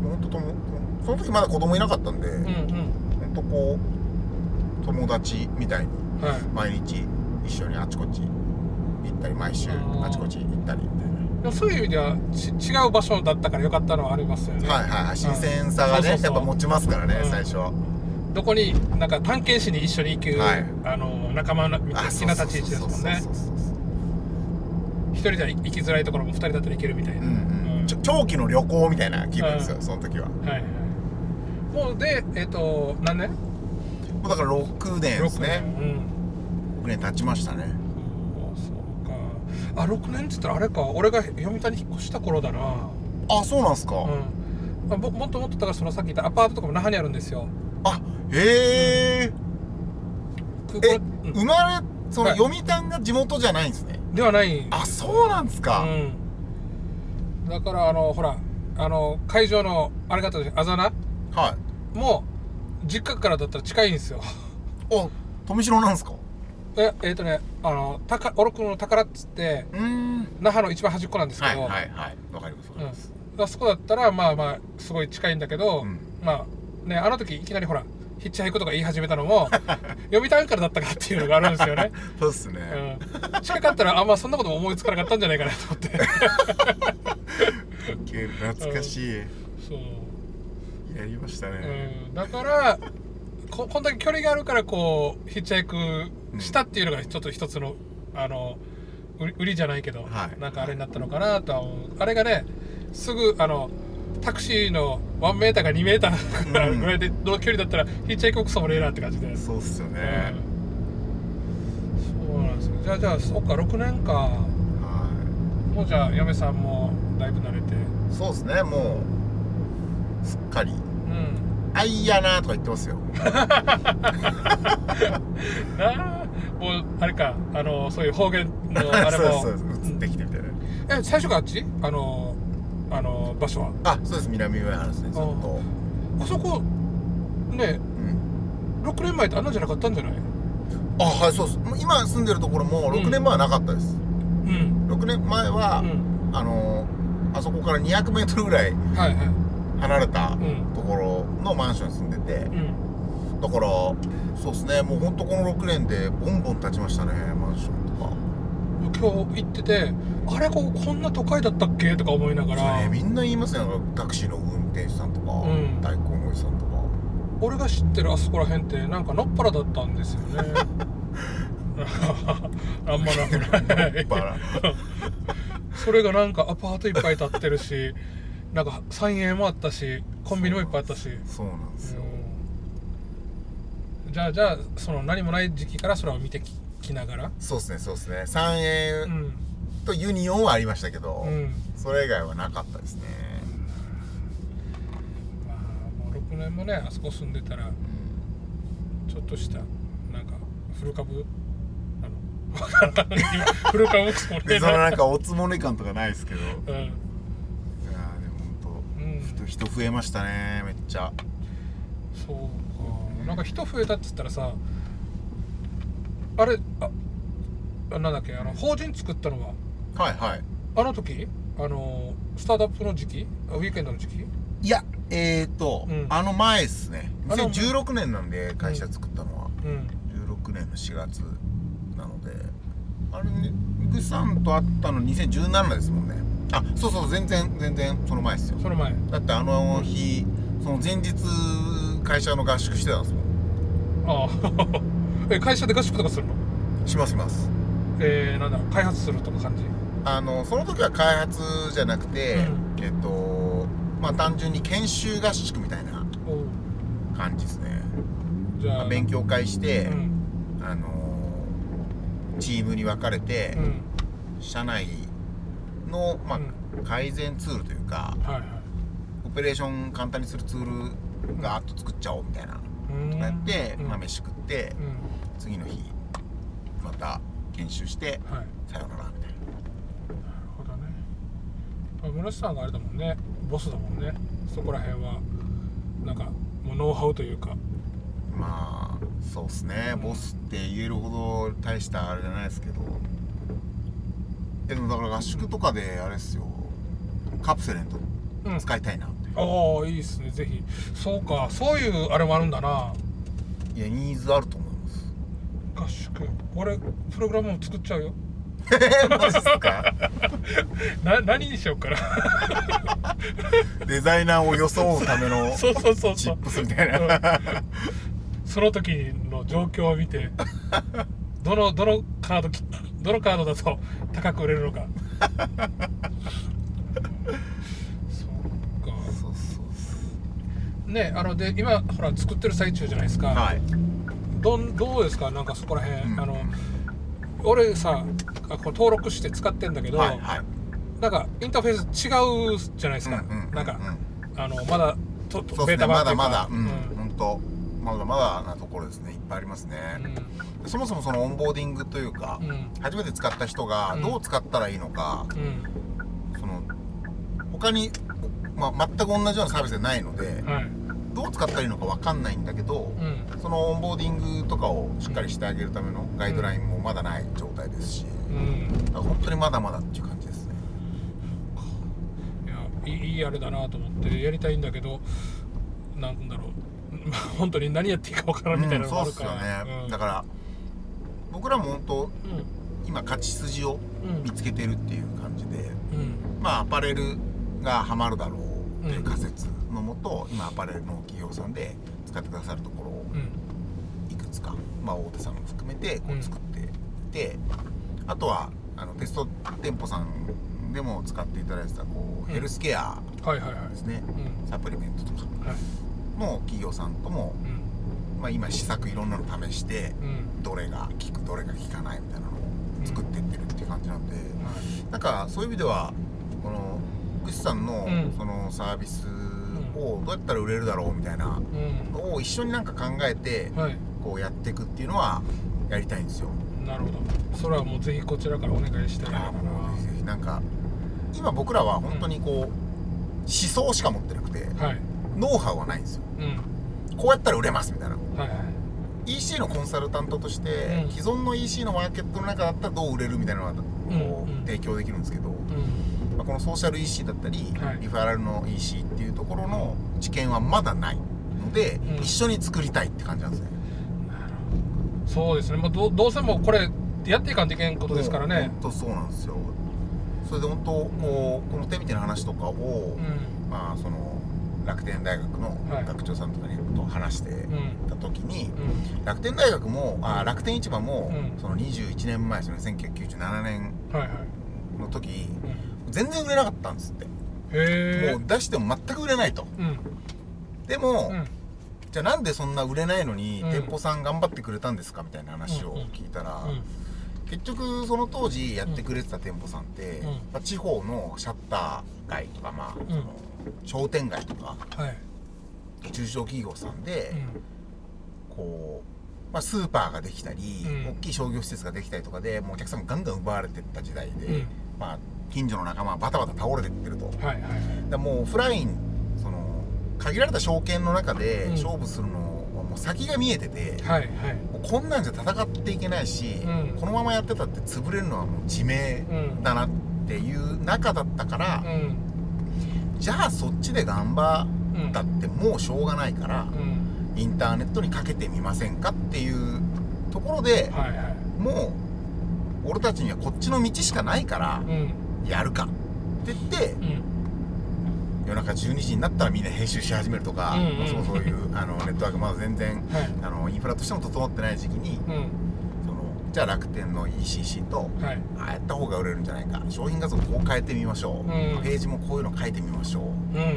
もうほんとともその時まだ子供いなかったんで、うんうん、ほんとこう友達みたいに毎日一緒にあちこち行ったり毎週あちこち行ったりみたいな。 でもそういう意味では違う場所だったから良かったのはありますよね。 はいはい新鮮さがね、うん、そうそうそうやっぱ持ちますからね、うん、最初どこになんか探検しに一緒に行く、はい、あの仲間みたいな立ち位置ですもんね。一人では行きづらいところも二人だったら行けるみたいな、うんうんうん、 長期の旅行みたいな気分ですよ、うん、その時は。はいはいもうで、えっ、ー、と、何年？もうだからろくねんですね。ろくねん、うん、ろくねん経ちましたね。 そうそうか。あ、ろくねんって言ったらあれか、俺が読谷に引っ越した頃だな。 あ、そうなんすか。 うん。も, もっともっとだからそのさっき言ったアパートとかも那覇にあるんですよ。 あ、へえ、うん。え、うん、生まれその、はい、読谷が地元じゃないんですね。 ではない。 あ、そうなんですか。 うん。だからあのほら。 あの会場のあれがあったでしょ、あざな、 はい、 もう実家からだったら近いんですよ。 お、富城なんですか？ ええー、とねあのたかオロクの宝っつって、うーん、那覇の一番端っこなんですけど、 はいはいはい、わかりますわかります、 うん、あそこだったらまあまあすごい近いんだけど、うん、まあね、あの時いきなりほらヒッチハイクとか言い始めたのも読谷からだったかっていうのがあるんですよね。 そうっすね、 うん、近かったらあんまそんなことも思いつかなかったんじゃないかなと思って懐かしい、うん、 そうやりましたね、 うん、だからこ, こんだけ距離があるからこうヒッチハイクしたっていうのがちょっと一つのあの売りじゃないけど、はい、なんかあれになったのかなとは思う。あれがねすぐあのタクシーのワンメーターかにメーターぐらいでの距離だったら、うん、ヒッチハイククソもねえなって感じで。 そうっすよね、 うん、そうなんですよ。じゃあじゃあそっかろくねんか、はい、もうじゃあ嫁さんもだいぶ慣れて。 そうですね、もうすっかり、うん、あいやなとか言ってますよなあ、もうあれか、あのそういう方言のあれもそうそうそう、移ってきてみたいな、 うん、え最初からあっちあのあの場所は？ あ、そうです、南上原ですね、ずっと。 あそこね、うん、ろくねんまえってあんなんじゃなかったんじゃない？ あ、はい、そうです。今住んでるところもろくねんまえはなかったです、うん、ろくねんまえは、うん、あのあそこからにひゃくメートルぐらい離れたところのマンションに住んでて、うん、だからそうですね、もうほんとこのろくねんでボンボン立ちましたね、マンションとか。 今日行ってて、あれここんな都会だったっけとか思いながら、 ね、みんな言いますね、タクシーの運転手さんとか、うん、代行のおじさんとか。 俺が知ってるあそこら辺ってなんかのっぱらだったんですよねあんまなくないそれがなんかアパートいっぱい建ってるし、なんか三栄もあったし、コンビニもいっぱいあったし。 そうなんですよ、 うん、じゃあじゃあその何もない時期からそれを見てききながら。 そうですねそうですね、三栄とユニオンはありましたけど、うん、それ以外はなかったですね、 うん、まあもうろくねんもねあそこ住んでたら、うん、ちょっとしたなんか古株あの古株くそもねそのなんかおつもね感とかないですけど、うん、いやでも本当、うん、人増えましたね、めっちゃ。 そうか、なんか人増えたっつったらさ、あれ、あ、なんだっけ、あの法人作ったのは、 はいはい、 あの時あのスタートアップの時期、ウィーケンドの時期？ いや、えーと、うん、あの前っすね。にせんじゅうろくねんなんで会社作ったのは、うん、じゅうろくねんのしがつなので、あれね、グさんと会ったのにせんじゅうななですもんね。あ、そうそう、全然全然その前っすよ。 その前だってあの日、うん、その前日会社の合宿してたんですもん。 ああえ、会社で合宿とかするの？ しますします。 えー、なんだ、開発するとか感じ？ あのその時は開発じゃなくて、うん、えっとまあ単純に研修合宿みたいな感じですね。じゃあ、まあ、勉強会して、うん、あのチームに分かれて、うん、社内の、まあうん、改善ツールというか、はいはい、オペレーション簡単にするツールガーッと作っちゃおうみたいなことやって、うん、まあ、飯食って、うん、次の日また研修して、はい、さよならみたいな。なるほどね。村瀬さんがあれだもんね、ボスだもんね。そこら辺はなんかもうノウハウというか。 まあそうっすね、ボスって言えるほど大したあれじゃないですけど、でもだから合宿とかであれっすよ、カプセルンと使いたいなって、 うん、ああいいっすね、ぜひ。そうか、そういうあれもあるんだな。 いや、ニーズあると思う。 合宿、俺プログラムも作っちゃうよ。 マジっすか？ な、何にしようかな。 デザイナーを装うためのそうそうそうチップスみたいな。 その時の状況を見て、どのどのカードどのカードだと高く売れるのか。そっか。 そうそうね、あので今ほら作ってる最中じゃないですか。はい。ど, どうですか、なんかそこら辺、うん、あの俺さこう登録して使ってんだけど、はいはい、なんかインターフェース違うじゃないですか、うんうんうんうん、なんかあのまだと、 ね、ベータ版というかまだまだ、うん、本当まだまだなところですね、いっぱいありますね、うん、そもそもそのオンボーディングというか、うん、初めて使った人がどう使ったらいいのか、うん、その他にまあ、全く同じようなサービスでないので、 はい、どう使ったらいいのか分かんないんだけど、うん、そのオンボーディングとかをしっかりしてあげるためのガイドラインもまだない状態ですし、うん、だから本当にまだまだっていう感じですね。 いや、いいあれだなと思ってやりたいんだけど、なんだろう本当に何やっていいか分からんみたいなのがあるから、うん、そうっすよね、うん、 だから僕らも本当、うん、今勝ち筋を見つけてるっていう感じで、うん、まあアパレルがハマるだろうっていう仮説のもと、うん、今アパレルの企業さんで使ってくださるところをいくつか、まあ、大手さんも含めてこう作っていて、うん、あとはあのテスト店舗さんでも使っていただいてたこう、うん、ヘルスケアですね、サプリメントとかの企業さんとも、うん、まあ、今試作いろんなの試して、うん、どれが効くどれが効かないみたいなのを作っていってるっていう感じなんで、うん、なんかそういう意味ではこのグシさんのそのサービスをどうやったら売れるだろうみたいなのを一緒になんか考えてこうやっていくっていうのはやりたいんですよ。 なるほど。それはもうぜひこちらからお願いしたいな。 なんか今僕らは本当にこう、うん、思想しか持ってなくて、はい、ノウハウはないんですよ、うん、こうやったら売れますみたいな、はいはい、イーシー のコンサルタントとして、うん、既存の イーシー のマーケットの中だったらどう売れるみたいなのがこう、うん、提供できるんですけど、うん、まあ、このソーシャル イーシー だったり、はい、リファラルの イーシー っていうところの知見はまだないので、うん、一緒に作りたいって感じなんですね。 なるほど。そうですね、まあ、ど, どうせもこれやっていかんといけんことですからね。 本当そうなんですよ。それで本当こうこの手みたいな話とかを、うん、まあその楽天大学の学長さんとかにと話してた時に、うん、楽天大学もあ楽天市場も、うん、そのにじゅういちねんまえですよね、せんきゅうひゃくきゅうじゅうななねんの時、はいはい、うん、全然売れなかったんですって。へー。もう出しても全く売れないと、うん、でも、うん、じゃあなんでそんな売れないのに、うん、店舗さん頑張ってくれたんですかみたいな話を聞いたら、うんうん、結局その当時やってくれてた店舗さんって、うん、まあ、地方のシャッター街とか、まあ、うん、その商店街とか、はい、中小企業さんで、うん、こう、まあ、スーパーができたり、うん、大きい商業施設ができたりとかでもうお客さんもガンガン奪われてった時代で、うん、まあ、近所の仲間はバタバタ倒れてってると、はいはいはい、だもうオフラインその限られた証券の中で勝負するのはもう先が見えてて、はいはい、もうこんなんじゃ戦っていけないし、うん、このままやってたって潰れるのはもう致命だなっていう中だったから、うん、じゃあそっちで頑張ったってもうしょうがないから、うん、インターネットにかけてみませんかっていうところで、はいはい、もう俺たちにはこっちの道しかないから、うん、やるかって言って、うん、夜中じゅうにじになったらみんな編集し始めるとか、うんうん、そうそういうあのネットワークまだ全然、はい、あのインフラとしても整ってない時期に、うん、そのじゃあ楽天の イーシーシー と、はい、ああやった方が売れるんじゃないか、商品画像こう変えてみましょう、うん、ページもこういうの書いてみましょう、うん、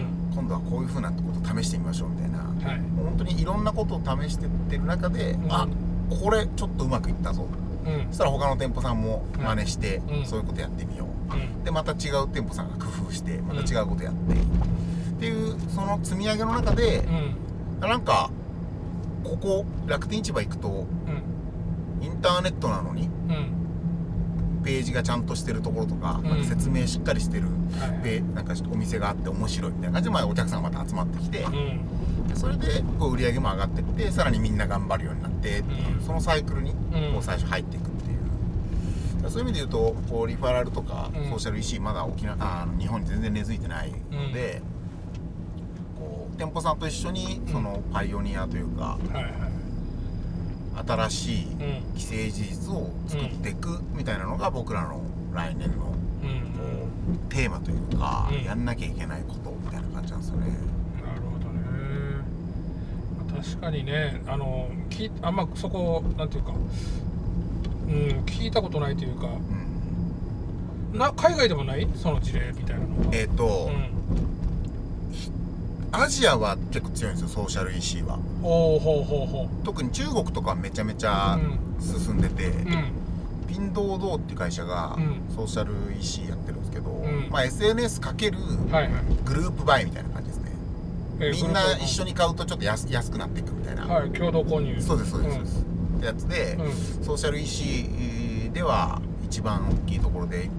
今度はこういう風なことを試してみましょうみたいな、はい、本当にいろんなことを試してってる中で、うん、あこれちょっとうまくいったぞ、うん、そしたら他の店舗さんも真似して、うん、そういうことやってみよう、うん、でまた違う店舗さんが工夫してまた違うことやって、うん、っていうその積み上げの中で、うん、なんかここ楽天市場行くと、うん、インターネットなのに、うん、ページがちゃんとしてるところとか、うん、なんか説明しっかりしてる、うん、なんかお店があって面白いみたいな感じで、まあ、お客さんがまた集まってきて、うん、でそれでこう売り上げも上がってってさらにみんな頑張るようになってっていう、うん、そのサイクルにこう最初入っていくっていう、そういう意味で言うとこうリファラルとかソーシャル イーシー まだ沖縄あ日本に全然根付いてないので、うん、こう店舗さんと一緒にそのパイオニアというか、うん、はいはい、新しい既成事実を作っていくみたいなのが僕らの来年のこうテーマというか、やんなきゃいけないことみたいな感じなんですよね。 なるほどね。確かにね、あのきあんまそこなんていうか、うん、聞いたことないというか、うん、な海外でもないその事例みたいなのは。 えっ、ー、と、うん、アジアは結構強いんですよ、ソーシャル イーシー は。 ほうほうほうほう。 特に中国とかはめちゃめちゃ進んでて、うん、ピンドードーっていう会社がソーシャル イーシー やってるんですけど、うん、まあ エスエヌエス かけるグループバイみたいな感じですね、はいはい、みんな一緒に買うとちょっと 安, 安くなっていくみたいな、 はい、共同購入。 そうですそうですそうです、うん、ってやつで、うん、ソーシャル イーシー では一番大きいところで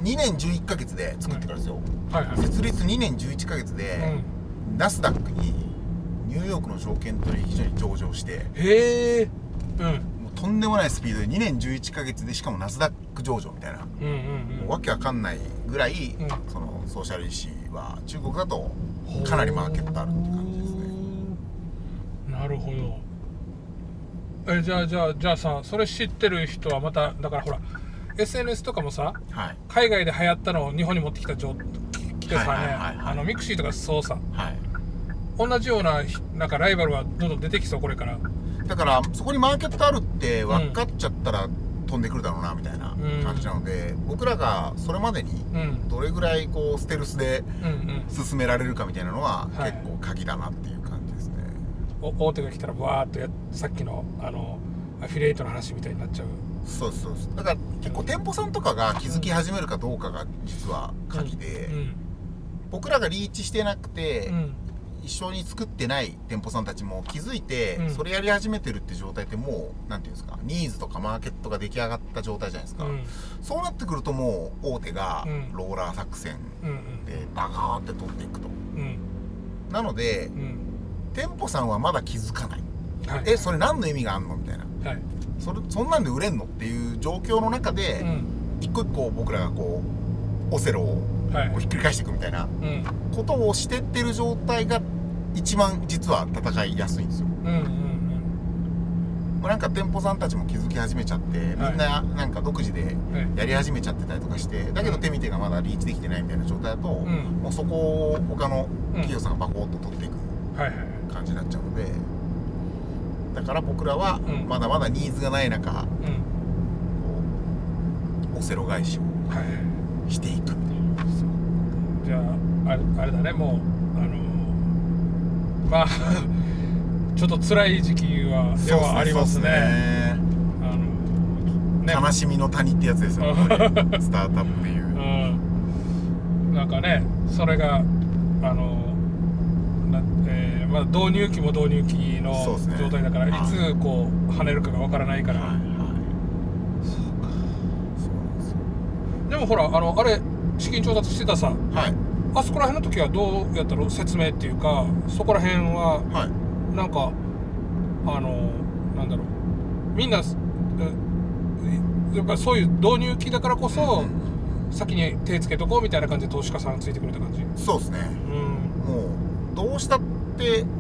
にねんじゅういっかげつで作ってからですよ、 うんはいはい、 設立にねんじゅういっかげつで、うん、ナスダックにニューヨークの証券取引所に上場して、 へえ、うん、もうとんでもないスピードでにねんじゅういっかげつでしかもナスダック上場みたいな、うんうんうん、もうわけわかんないぐらい、うん、そのソーシャル イーシー は中国だとかなりマーケットあるって感じですね。 なるほど。えじゃあじゃあじゃあさ、それ知ってる人はまただからほら エスエヌエス とかもさ、はい、海外で流行ったのを日本に持ってきた状来てさね、はいはいはいはい、あのミクシーとかそうさ、はい、同じようななんかライバルはどんどん出てきそうこれから。 だからそこにマーケットあるって分かっちゃったら飛んでくるだろうなみたいな感じなので、うん、僕らがそれまでにどれぐらいこうステルスで進められるかみたいなのは結構鍵だなっていう感じですね。 はい、大手が来たらバーっとやさっきのあのアフィリエイトの話みたいになっちゃう。 そうそうそう。だから結構店舗さんとかが気づき始めるかどうかが実は鍵で、うんうん、僕らがリーチしてなくて、うん、一緒に作ってない店舗さんたちも気づいて、うん、それやり始めてるって状態ってもうなんていうんですか、ニーズとかマーケットが出来上がった状態じゃないですか、うん、そうなってくるともう大手がローラー作戦でバカーって取っていくと、うん、なので、うん、店舗さんはまだ気づかない、はい、えそれ何の意味があんのみたいな、はい、それそんなんで売れんのっていう状況の中で、うん、一個一個僕らがこうオセロをこうひっくり返していくみたいなことをしてってる状態が一番実は戦いやすいんですよ。うんうんうん、なんか店舗さんたちも気づき始めちゃって、みんななんか独自でやり始めちゃってたりとかして、だけど手見手がまだリーチできてないみたいな状態だと、うん、もうそこを他の企業さんがバコッと取っていく感じになっちゃうので、だから僕らはまだまだニーズがない中、うん、こうオセロ返しをしていくみたいな。 じゃああれ、あれだね、もうあのまあちょっと辛い時期はではありますね。ねあのね悲しみの谷ってやつですよねスタートアップでいう、うん、 なんかねそれがあのな、えーまあ、導入期も導入期の状態だから、ね、いつこう跳ねるかがわからないから、はいはい、そうかそうなんですよ。でもほらあのあれ資金調達してたさ、はい、あそこら辺の時はどうやったろ説明っていうか、そこら辺は、はい、なんかあのなんだろう、みんなやっぱそういう導入期だからこそ、うん、先に手つけとこうみたいな感じで投資家さんついてくれた感じ。 そうですね、うん、もうどうしたって、うん、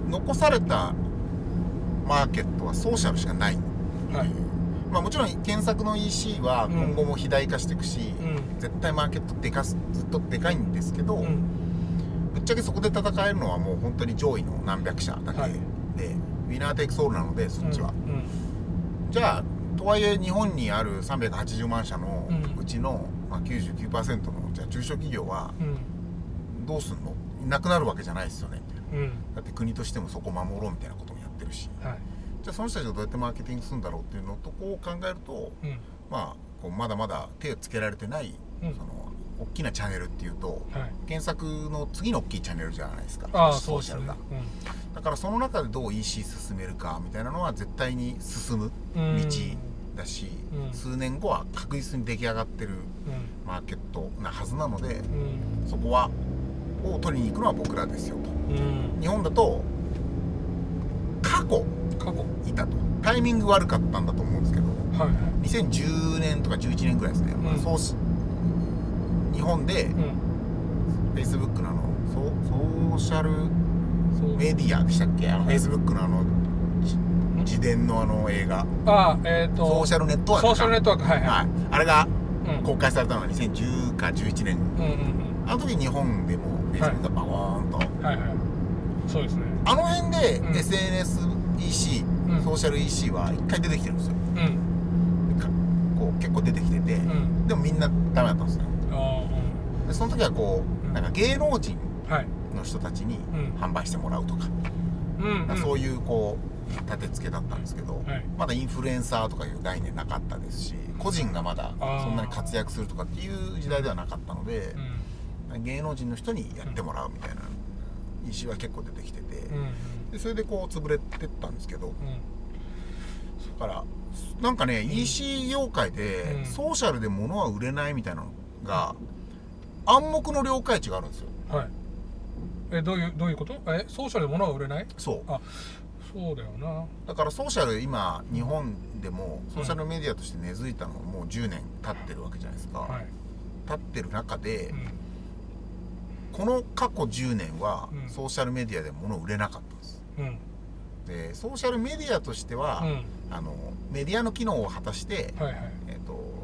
残されたマーケットはソーシャルしかないっていう、はい、まあ、もちろん検索の イーシー は今後も肥大化していくし、うん、絶対マーケットでかすずっとでかいんですけど、うん、ぶっちゃけそこで戦えるのはもう本当に上位の何百社だけで、はい、ウィナーテイクソールなのでそっちは、うんうん、じゃあとはいえ日本にあるさんびゃくはちじゅうまん社のうちの、まあ、きゅうじゅうきゅうパーセント のじゃあ中小企業はどうすんの、いなくなるわけじゃないですよね、うん、だって国としてもそこ守ろうみたいなこともやってるし、はい、じゃあその人たちがどうやってマーケティングするんだろうっていうのとこう考えると、うん、まあこうまだまだ手をつけられてない、うん、その大きなチャンネルっていうと、はい、検索の次の大きいチャンネルじゃないですか、ソーシャルが、そうですね、うん、だからその中でどう イーシー 進めるかみたいなのは絶対に進む道だし、うん、数年後は確実に出来上がってるマーケットなはずなので、うん、そこはを取りに行くのは僕らですよと、うん、日本だと過去過去いたと、タイミング悪かったんだと思うんですけど、はいはい、にせんじゅうねんとかじゅういちねんぐらいですね、うん、まあ、そうし日本で、うん、Facebook のあの ソ, ソーシャルメディアでしたっけ、あの Facebook のあの自伝のあの映画、 あ、えー、とソーシャルネットワーク、 ソーシャルネットワーク、はいはい、はい、 あれが公開されたのがにせんじゅうかじゅういちねん、うんうんうん、あの時日本でも Facebook がバコーンと、はいはいはい、そうですね、あの辺で エスエヌエス イーシー、うん、ソーシャル イーシー は一回出てきてるんですよ、うん、こう結構出てきてて、うん、でもみんなダメだったんですね、うん、でその時はこうなんか芸能人の人たちに販売してもらうとか、うんうん、そういうこう立て付けだったんですけど、はい、まだインフルエンサーとかいう概念なかったですし、個人がまだそんなに活躍するとかっていう時代ではなかったので、うん、芸能人の人にやってもらうみたいな意思は結構出てきてて、うん、でそれでこう潰れてったんですけど、うん、だからなんかね、うん、イーシー 業界でソーシャルで物は売れないみたいなが暗黙の了解値があるんですよ。 はい。えどういうどういうこと？えソーシャルで物が売れない？ そう。 あ、そうだよな。 だからソーシャル今日本でもソーシャルメディアとして根付いたのはもうじゅうねん経ってるわけじゃないですか。はい、経ってる中で、うん、この過去じゅうねんはソーシャルメディアで物売れなかったんです。うん、でソーシャルメディアとしては、うん、あのメディアの機能を果たして、はいはい、えーと、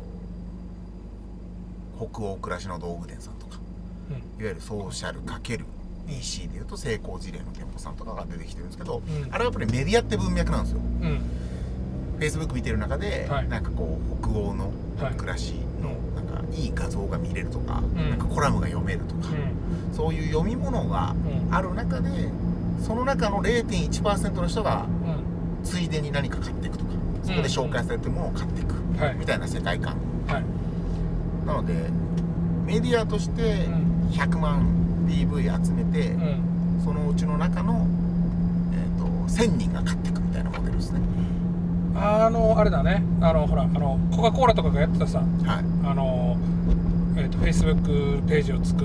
北欧暮らしの道具店さんとか、うん、いわゆるソーシャル×イーシー でいうと成功事例の店舗さんとかが出てきてるんですけど、うん、あれはやっぱりメディアって文脈なんですよ。うん、Facebook 見てる中で、はい、なんかこう北欧の暮らしのなんかいい画像が見れるとか、うん、なんかコラムが読めるとか、うん、そういう読み物がある中で、その中の れいてんいちパーセント の人がついでに何か買っていくとか、そこで紹介されてるものを買っていく、うん、みたいな世界観、はい、なのでメディアとしてひゃくまんピーブイ 集めて、うん、そのうちの中の、えー、とせんにんが買っていくみたいなモデルですね。 あのあれだね、あのほらあのコカ・コーラとかがやってたさ、はい、あのえー、と Facebook ページを作って、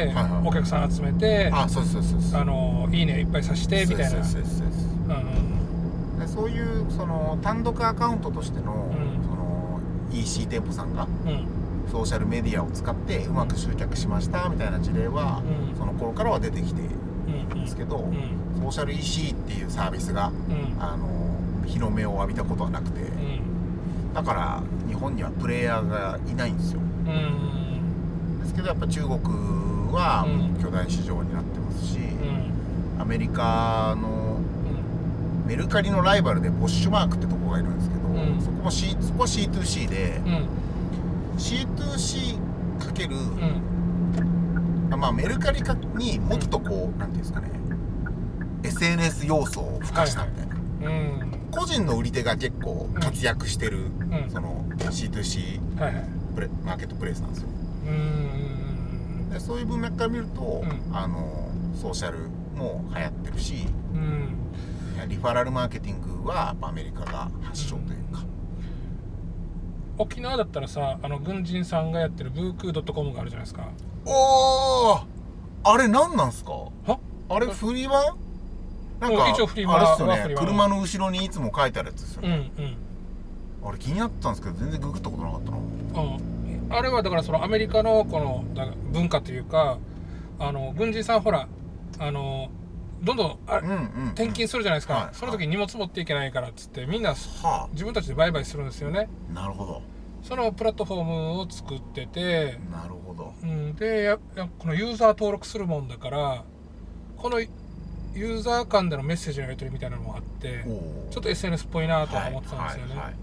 はいはい、お客さん集めて、 あ、そうそうそうそう、 あのいいねいっぱいさしてみたいな、そうそうそうそう、 うん、でそういうその単独アカウントとしての、うん、その イーシー 店舗さんが、うん、ソーシャルメディアを使ってうまく集客しましたみたいな事例は、うん、その頃からは出てきているんですけど、うんうん、ソーシャル イーシー っていうサービスが、うん、あの広めを浴びたことはなくて、うん、だから日本にはプレイヤーがいないんですよ、うん、ですけどやっぱ中国は巨大市場になってますし、うん、アメリカのメルカリのライバルでポッシュマークってとこがいるんですけど、うん、そこも C、そこは シーツーシー で、うん、シーツーシー かける、うん、まあメルカリにもっとこう、うん、なんていうんですかね、 エスエヌエス 要素を付加したみたいな、はいはい、うん、個人の売り手が結構活躍してる、うん、その シーツーシー はいはい、プレマーケットプレイスなんですよ。うん、でそういう文脈から見ると、うん、あのソーシャルも流行ってるし、うん、リファラルマーケティングはやっぱアメリカが発祥というか、 うん、沖縄だったらさ、あの軍人さんがやってるブークドットコムがあるじゃないですか。 おー、あれ何なんすか？は？あれフリマ？なんか一応フリマあれっすよね、車の後ろにいつも書いてあるやつですよね。うんうん、あれ気になったんですけど全然ググったことなかったな。うん、 あれはだからそのアメリカのこの文化というか、あの軍人さんほらあのどんどんあ、うんうん、転勤するじゃないですか、はい、その時に荷物持っていけないからっつってみんな、はあ、自分たちで売買するんですよね。 なるほど。 そのプラットフォームを作ってて、 なるほど、 うん、でややこのユーザー登録するもんだからこのユーザー間でのメッセージのやり取りみたいなのもあってちょっと エスエヌエス っぽいなとは思ってたんですよね、はいはいはい、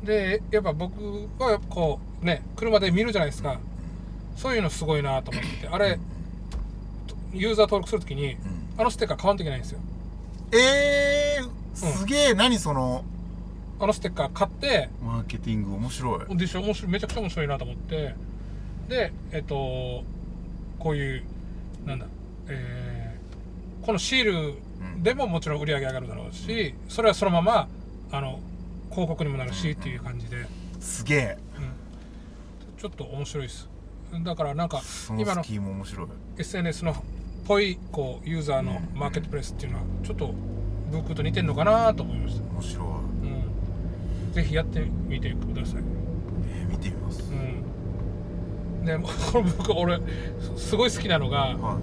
でやっぱ僕はこうね車で見るじゃないですか、うん、そういうのすごいなと思ってて、あれ、うん、ユーザー登録するときに、うん、あのステッカー買わんといけないんですよ。 えー、すげえ、うん、何そのあのステッカー買ってマーケティング面白いでしょ、面白い、めちゃくちゃ面白いなと思って、でえっとこういうなんだ、えー、このシールでももちろん売り上げ上がるだろうし、うん、それはそのままあの広告にもなるし、うん、っていう感じで、 すげえ、 うん、ちょっと面白いです。だからなんか今の エスエヌエス のっぽいこうユーザーのマーケットプレイスっていうのはちょっとブックと似てるのかなと思いました。 面白い、 うん、ぜひやってみてください。 えー、見てみます。 うん、でこの僕俺すごい好きなのが、はい、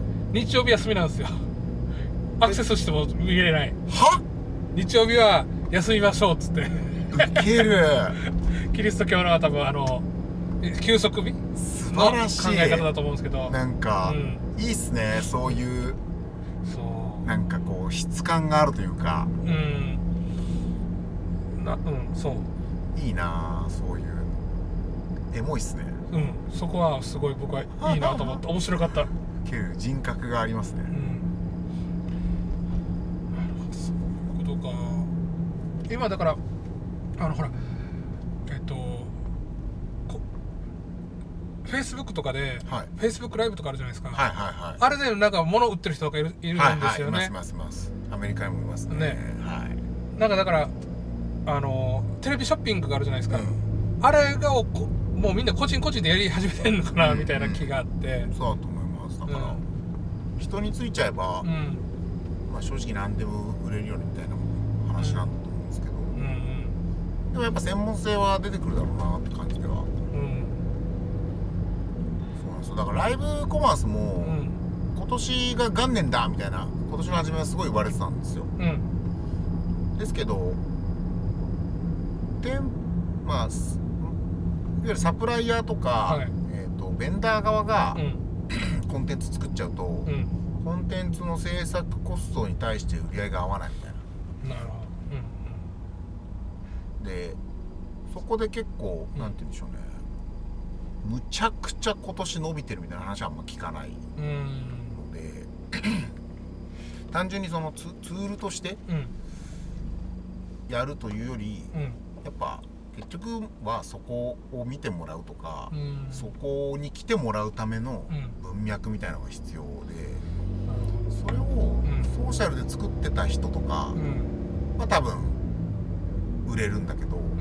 日曜日休みなんですよ。アクセスしても見れない。 は？ 日曜日は休みましょうっつって。 ウケる。 キリスト教の多分あの休息日の考え方だと思うんですけど、 なんか、うん、いいっすね、そういうそうなんかこう質感があるというか、うんな、うんそういいなそういうエモいっすね。 うんそこはすごい僕はいいなと思って面白かった。 ける人格がありますね。うん、 そういうことか。今だからあのほらえっとフェイスブックとかで、はい、フェイスブックライブとかあるじゃないですか。はいはいはい。あれでなんか物売ってる人とかいるいるんですよね。はいはい、いますいますいます。アメリカにもいますね。ね、 はい。なんかだからあのテレビショッピングがあるじゃないですか。うん、あれがももうみんな個人個人でやり始めてんのかな、うん、みたいな気があって、 うん、そうだと思います。だから、うん、人についちゃえば、うん、まあ、正直何でも売れるよねみたいな話なんだと思うんですけど、うんうん、でもやっぱ専門性は出てくるだろうなって感じでは、うん、そうなんですよ。だからライブコマースも、うん、今年が元年だみたいな、今年の初めはすごい言われてたんですよ、うん、ですけど店まあいわゆるサプライヤーとか、はい、えーと、ベンダー側が、うん、コンテンツ作っちゃうと、うん、コンテンツの制作コストに対して売り上げが合わないみたいな。なるほど、うんうん、でそこで結構、うん、なんて言うんでしょうね、むちゃくちゃ今年伸びてるみたいな話はあんま聞かないので、うん、単純にその ツ, ツールとしてやるというより、うん、やっぱ結局はそこを見てもらうとか、うん、そこに来てもらうための文脈みたいなのが必要で、うん、それをソーシャルで作ってた人とかは、うん、多分売れるんだけど、うん、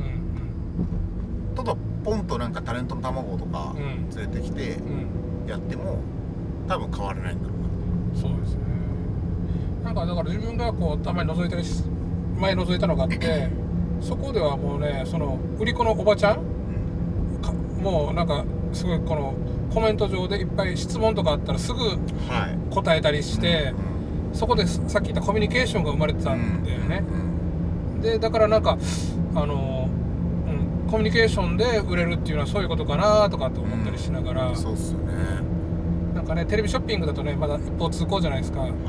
ただポンとなんかタレントの卵とか連れてきてやっても多分変わらないんだろうな。そうですね。なんかだから自分がこうたまに覗いたり前覗いたのがあってそこではもうね、その売り子のおばちゃん、うん、もうなんかすごいこのコメント上でいっぱい質問とかあったらすぐ答えたりして、はい、うん、そこでさっき言ったコミュニケーションが生まれてたんだよね、うんうん、でだからなんかあの、うん、コミュニケーションで売れるっていうのはそういうことかなとかって思ったりしながら、 うん、そうっすよね。 なんかね、テレビショッピングだとねまだ一方通行じゃないですか、うん、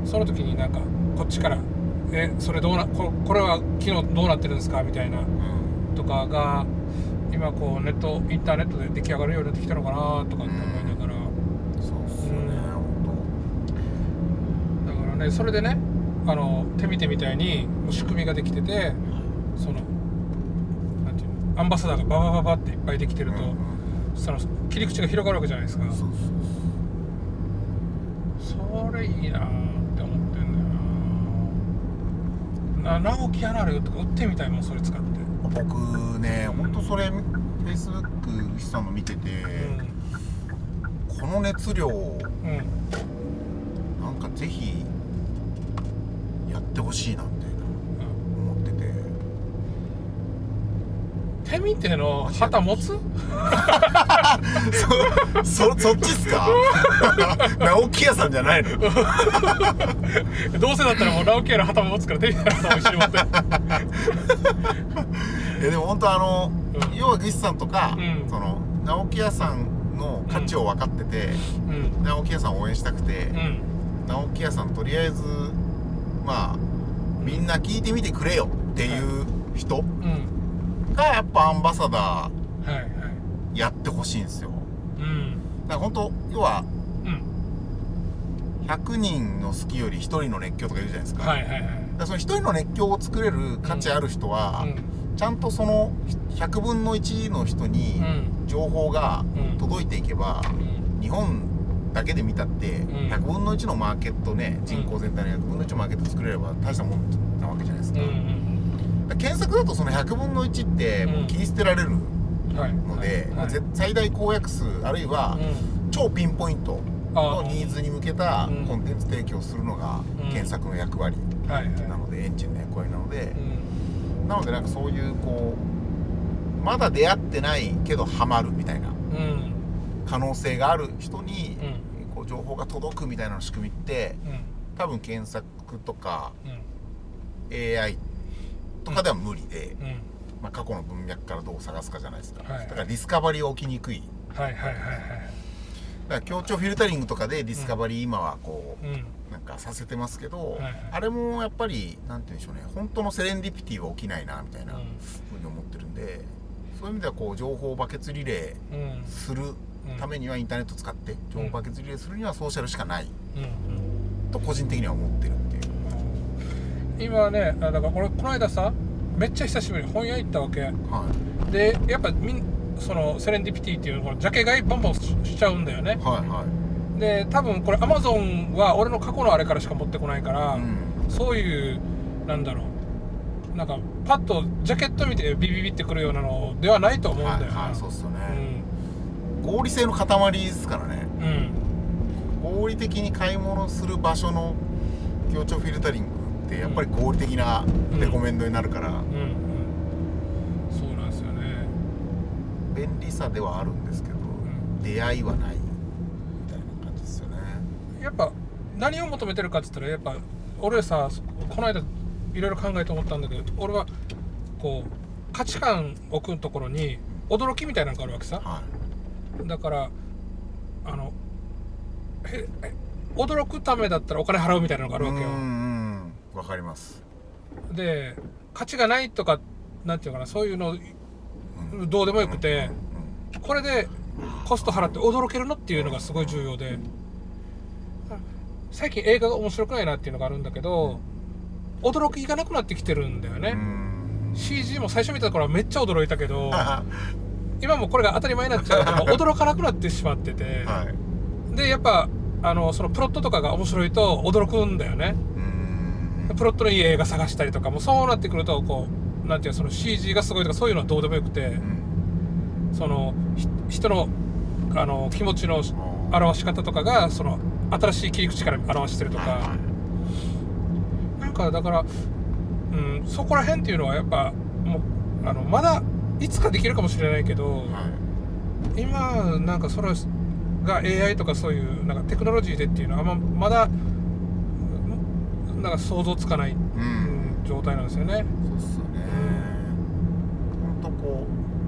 その時になんかこっちからえそれどうな こ, これは昨日どうなってるんですかみたいな、うん、とかが今こうネットインターネットで出来上がるようになってきたのかなとかって思いながら、うん、そうっすよね、うん、だからねそれでねあの手見てみたいに仕組みができてて、そのなんていうのアンバサダーがババババっていっぱいできてると、うんうん、その切り口が広がるわけじゃないですか。そうそうそう、それいいなって思ってんだよな。直木アナルとか売ってみたいもん、それ使って。 僕ね、ほんとそれ Facebook 牛さんの見てて、うん、この熱量を、うん、なんかぜひやってほしいなみたいな、うん、思ってて。手見ての旗持つそ, そ, そっちっすか直木屋さんじゃないのどうせだったらもう直木屋の旗も持つから手見ての旗も一緒に持っていやでも本当あの、うん、要はギスさんとか、うん、その直木屋さんの価値を分かってて、うん、直木屋さんを応援したくて、うん、直木屋さんとりあえずまあみんな聞いてみてくれよっていう人、はい、うん、がやっぱアンバサダーやってほしいんですよ、うん、だから本当要は、うん、ひゃくにんの好きよりひとりの熱狂とか言うじゃないですか、はいはいはい、だからそのひとりの熱狂を作れる価値ある人は、うんうん、ちゃんとそのひゃくぶんのいちの人に情報が届いていけば、うん、日本だけで見たってひゃくぶんのいちのマーケットね、人口全体のひゃくぶんのいちのマーケット作れれば大したもんなわけじゃないですか、うん、だから検索だとそのひゃくぶんのいちってもう切り捨てられるので、うん、はいはい、最大公約数あるいは超ピンポイントのニーズに向けたコンテンツ提供するのが検索の役割なので、エンジンの役割なので、なのでなんかそういうこうまだ出会ってないけどハマるみたいな可能性がある人にこう情報が届くみたいな仕組みって多分検索とか エーアイ とかでは無理で、まあ、過去の文脈からどう探すかじゃないですか、はいはい、だからディスカバリー起きにくい、はいはいはいはい、だから協調フィルタリングとかでディスカバリー今はこう、うん、なんかさせてますけど、はいはい、あれもやっぱりなんて言うんでしょうね、本当のセレンディピティは起きないなみたいなふうに思ってるんで、そういう意味ではこう情報バケツリレーするためにはインターネット使って情報バケツリレーするにはソーシャルしかない、うんうん、と個人的には思ってるっていう。 今ね、だから俺この間さめっちゃ久しぶりに本屋行ったわけ、はい、でやっぱみんそのセレンディピティっていうのジャケ買いバンバン し, しちゃうんだよね、はいはい、で多分これ Amazon は俺の過去のあれからしか持ってこないから、うん、そういうなんだろなんかパッとジャケット見てビビビってくるようなのではないと思うんだよね、 はいはい、そうっすよね、うん、合理性の塊ですからね、うん、合理的に買い物する場所の協調フィルタリングってやっぱり合理的なレコメンドになるから、うんうんうん、 そうなんですよね。 便利さではあるんですけど、うん、出会いはないみたいな感じですよね。 やっぱ何を求めてるかって言ったら、やっぱ俺さこの間いろいろ考えて思ったんだけど、俺はこう価値観を置くところに驚きみたいなのがあるわけさ、はい、だからあのへ驚くためだったらお金払うみたいなのがあるわけよ。うん、 わかります。 で価値がないとかなんていうかな、そういうのどうでもよくて、これでコスト払って驚けるのっていうのがすごい重要で、最近映画が面白くないなっていうのがあるんだけど、驚きがなくなってきてるんだよね。 シージー も最初見た頃はめっちゃ驚いたけど今もこれが当たり前になっちゃうから驚かなくなってしまってて、はい、でやっぱあのそのプロットとかが面白いと驚くんだよね。うん、プロットのいい映画探したりとかもそうなってくると、こうなんていうその シージー がすごいとかそういうのはどうでもよくて、うん、その人のあの気持ちの表し方とかがその新しい切り口から表してるとか、はいはい、なんかだから、うん、そこら辺っていうのはやっぱもうあのまだいつかできるかもしれないけど、はい、今なんかそれが エーアイ とかそういうなんかテクノロジーでっていうのはままだなんか想像つかない、うん、状態なんですよね。 そうっすよね。本当こ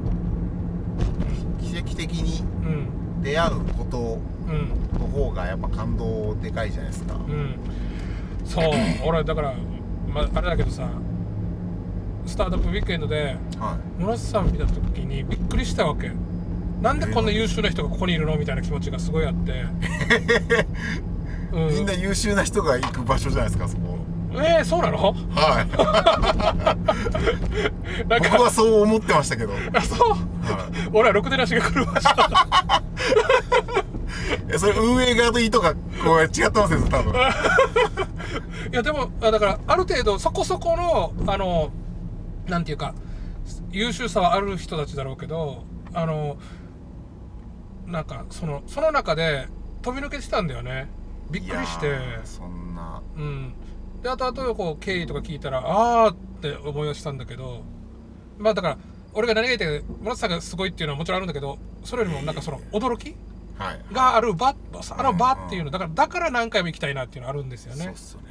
う奇跡的に出会うことの方がやっぱ感動でかいじゃないですか。うん、 そう俺だから、まあ、あれだけどさ、スタートアップウィークエンドで、はい、村瀬さん見た時にびっくりしたわけ。なんでこんな優秀な人がここにいるのみたいな気持ちがすごいあってうん、みんな優秀な人が行く場所じゃないですか、そこ。 えー、そうなの？ はいなんか僕はそう思ってましたけど。 あ、そう、はい、俺はろくでなしが来る場所え、それ運営側と意図がこう違ってますよ多分いやでもだからある程度そこそこのあのなんていうか優秀さはある人たちだろうけど、あのなんかそのその中で飛び抜けてたんだよね。びっくりして。 そんな、 うん、で後々こう経緯とか聞いたらあーって思い出したんだけど、まあだから俺が何が言いたいか、村瀬さんがすごいっていうのはもちろんあるんだけど、それよりもなんかその驚きがある場、あの場っていうのだからだから何回も行きたいなっていうのあるんですよね。そうっすよ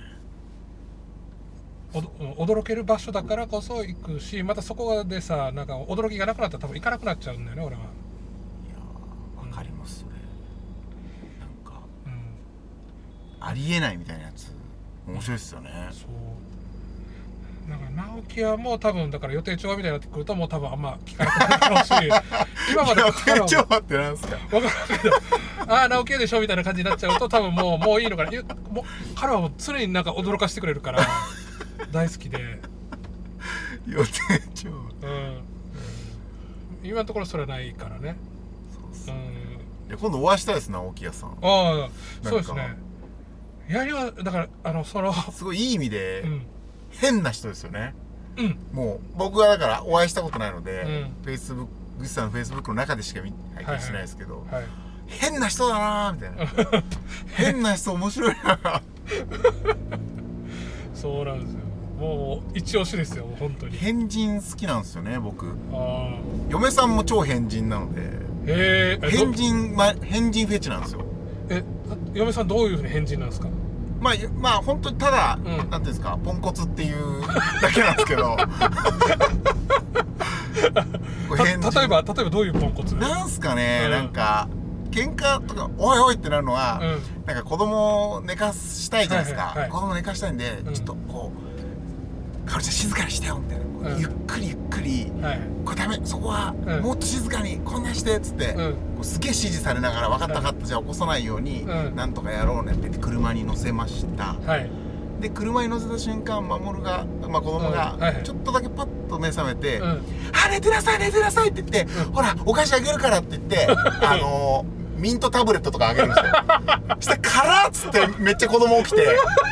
ね。お驚ける場所だからこそ行くし、またそこでさなんか驚きがなくなったら多分行かなくなっちゃうんだよね俺は。いやわかります、それ。なんか、うん、ありえないみたいなやつ面白いっすよね。 そうなんか直樹はもう多分だから予定調和みたいになってくるともう多分あんま聞かなくなるし今まで予定調和ってなんですか分からんけどああ直樹でしょみたいな感じになっちゃうと多分もうもういいのかな。もう彼はもう常になんか驚かしてくれるから大好きで予定調和、うん、 今のところそれはないからね。 そうっすね、うん、いや今度お会いしたいですな、沖谷さん。ああそうですね。やりはだからあのそのすごいいい意味で、うん、変な人ですよね。 うん、 もう僕はだからお会いしたことないので、うん、フェイスブックグッさんのフェイスブックの中でしか拝見してないですけど、はいはいはい、変な人だなーみたいな変な人面白いなそうなんですよ。もう一押しですよ本当に。 変人好きなんですよね僕。あ嫁さんも超変人なので。へえ。変人、ま、変人フェチなんですよ。 え嫁さんどういうふうに変人なんですか？ まあまあ本当にただ、うん、なんていうんですか、ポンコツっていうだけなんですけど例えば例えばどういうポンコツなんすかね、うん、なんか喧嘩とかおいおいってなるのは、うん、なんか子供を寝かしたいじゃないですか、はいはいはい、子供寝かしたいんで、うん、ちょっとこうかおりちゃん静かにしてよみたいな、うん、ゆっくりゆっくり、はい、これダメそこは、うん、もっと静かにこんなしてっつって、うん、こうすげえ指示されながら分かった分かった、じゃあ起こさないように、うん、なんとかやろうねって言って車に乗せました、はい、で車に乗せた瞬間守が、まあ、子供がちょっとだけパッと目覚めて、うん、あ寝てなさい寝てなさいって言って、うん、ほらお菓子あげるからって言ってあのー、ミントタブレットとかあげるんですよしたらカラーっつってめっちゃ子供起きて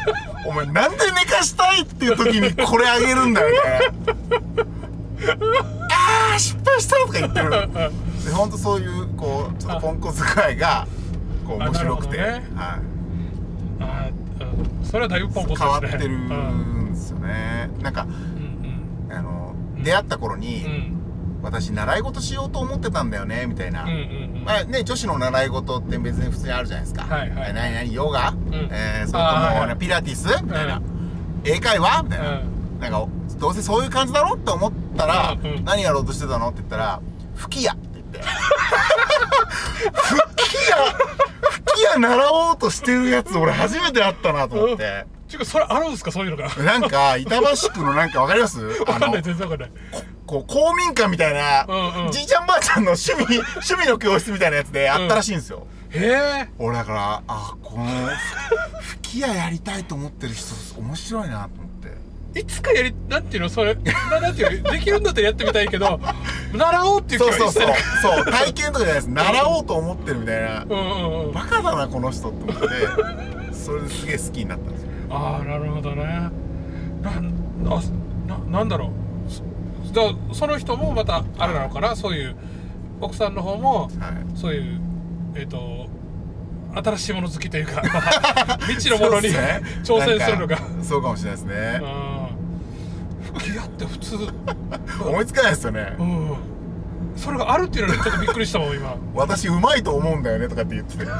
お前なんで寝かしたいっていう時にこれあげるんだみたいなあー失敗したとか言ってるでほんとそういうこうちょっとポンコツ具合がこう面白くて、ね、はい、 あそれはだいぶポンコツですね。 変わってるんですよね、うん、なんか、うんうん、あの出会った頃に、うん、私習い事しようと思ってたんだよねみたいな、うんうんうん、まあね、女子の習い事って別に普通にあるじゃないですか、はいはい、何何ヨガ、うん、えー、それとも、はい、ピラティスみたいな、うん、英会話みたいな、うん、なんかどうせそういう感じだろって思ったら、うんうん、何やろうとしてたのって言ったら吹き矢って言って吹き矢吹き矢習おうとしてるやつ俺初めて会ったなと思って、 ちゅうかそれあるんですかそういうのがなんか板橋区のなんかわかりますわかんない全然わかんないこう公民館みたいな、うんうん、じいちゃんばあちゃんの趣味趣味の教室みたいなやつであったらしいんですよ、 うん、へえ俺だからあこの吹き矢やりたいと思ってる人面白いなと思っていつかやりなんていうのそれななんていうのできるんだったらやってみたいけど習おうっていう気がしてないそうそうそう体験とかじゃないです習おうと思ってるみたいな、うんうんうん、バカだなこの人って思ってそれですげえ好きになったんですよ。 ああなるほどね。ななななんだろうだその人もまたあれなのかな、はい、そういう奥さんの方も、はい、そういうえっ、ー、と新しいもの好きというか、まあ、未知のものに、ね、挑戦するのがそうかもしれないですね。 吹き矢って普通思いつかないですよね、 うん、それがあるっていうのにちょっとびっくりしたもん今私うまいと思うんだよねとかって言ってて面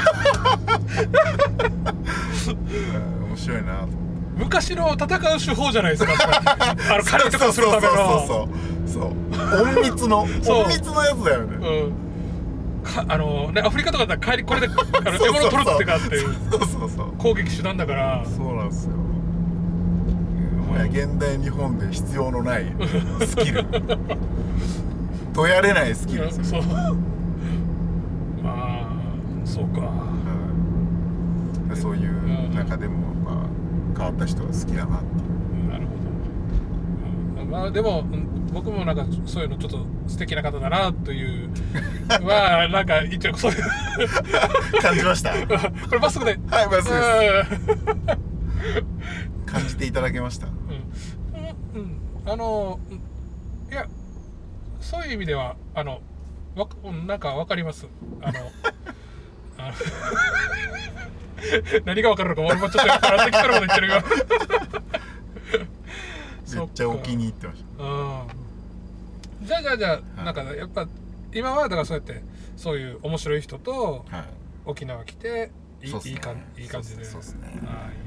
白いなと思って昔の戦う手法じゃないですかあの狩りとかするためのそうそうそうそう隠密の隠密のやつだよね、うんかあのね、アフリカとかだったら帰りこれであの獲物取るってかっていう攻撃手段だからそうなんですよ。もはや現代日本で必要のないスキルとやれないスキルですよ、 そうまあそうか、 はい、そういう中でも、まあ、変わった人が好きだなっていう。 なるほど、うん、まあでも僕もなんかそういうのちょっと素敵な方だなというまあなんか一応そういう感じましたこれまっすぐではいまっすぐです感じていただけました。うん、 うん、あのいやそういう意味ではあのわなんかわかります。あのあの何がわかるのか俺もちょっとやってきたらまで言ってるよめっちゃお気に入ってました。 うんじゃあじゃあじゃあ、はい、なんかやっぱ今はだからそうやってそういう面白い人と沖縄来ていい、はい、いい感いい感じで。 そうですね。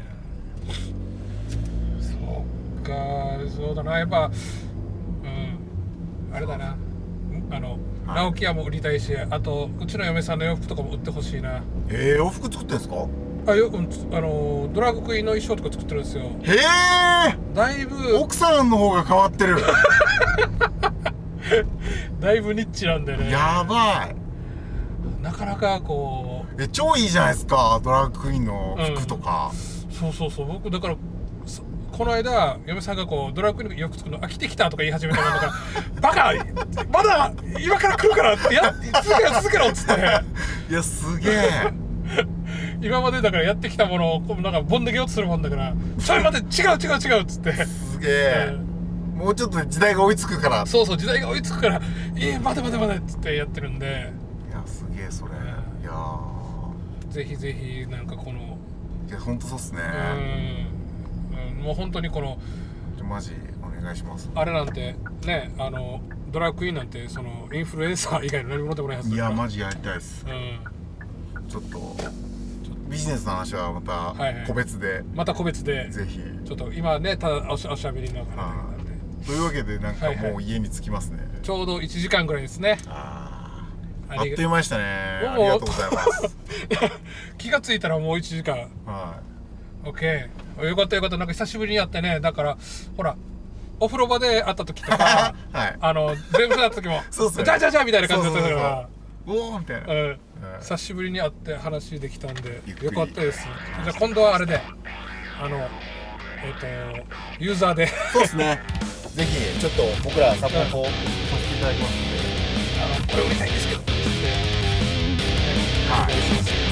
そうかそうだなやっぱうんあれだなあの、はい、直木屋も売りたいしあとうちの嫁さんの洋服とかも売ってほしいな。 えー、洋服作ってんすか？ あよ、うん、あのドラッグクイーンの衣装とか作ってるんですよ。 へえだいぶ奥さんの方が変わってるだいぶニッチなんでね。 やばいなかなかこうえ超いいじゃないですかドラッグクイーンの服とか、 うん、そうそうそう僕だからこの間嫁さんがこうドラッグクイーンの洋服作るの飽きてきたとか言い始めたもんだからバカまだ今から来るからってや続けろ続けろっつっていやすげえ今までだからやってきたものをこうなんかボンでけようとするもんだからちょい待って違う違う違うっつってすげえ、うん、もうちょっと時代が追いつくからそうそう時代が追いつくからいい待て待て待てっつってやってるんでいやすげえそれ、うん、いやぜひぜひなんかこのいやほんとそうっすねうん、うん、もう本当にこのマジお願いしますあれなんてねあのドラッグクイーンなんてそのインフルエンサー以外の何者でもないはずだからいやマジやりたいです、うん、ちょっとビジネスの話はまた個別で、はいはい、 また個別でぜひちょっと今ねただおし、おしゃべりながらなんでというわけでなんかもう家に着きますね、はいはい、 ちょうどいちじかんぐらいですね。 ああっという間でしたね。ありがとうございます気がついたらもういちじかん。はい OK よかったよかったなんか久しぶりに会ってねだからほらお風呂場で会った時とか、はい、あの全部だった時もそうっすねじゃあじゃあじゃあみたいな感じだったからおーみたいな、 うん久しぶりに会って話できたんでよかったです。じゃあ今度はあれであのえっ、ー、とユーザーでそうですねぜひちょっと僕らサポートをさせていただきますのであのこれ売りたいんですけどって言ってはい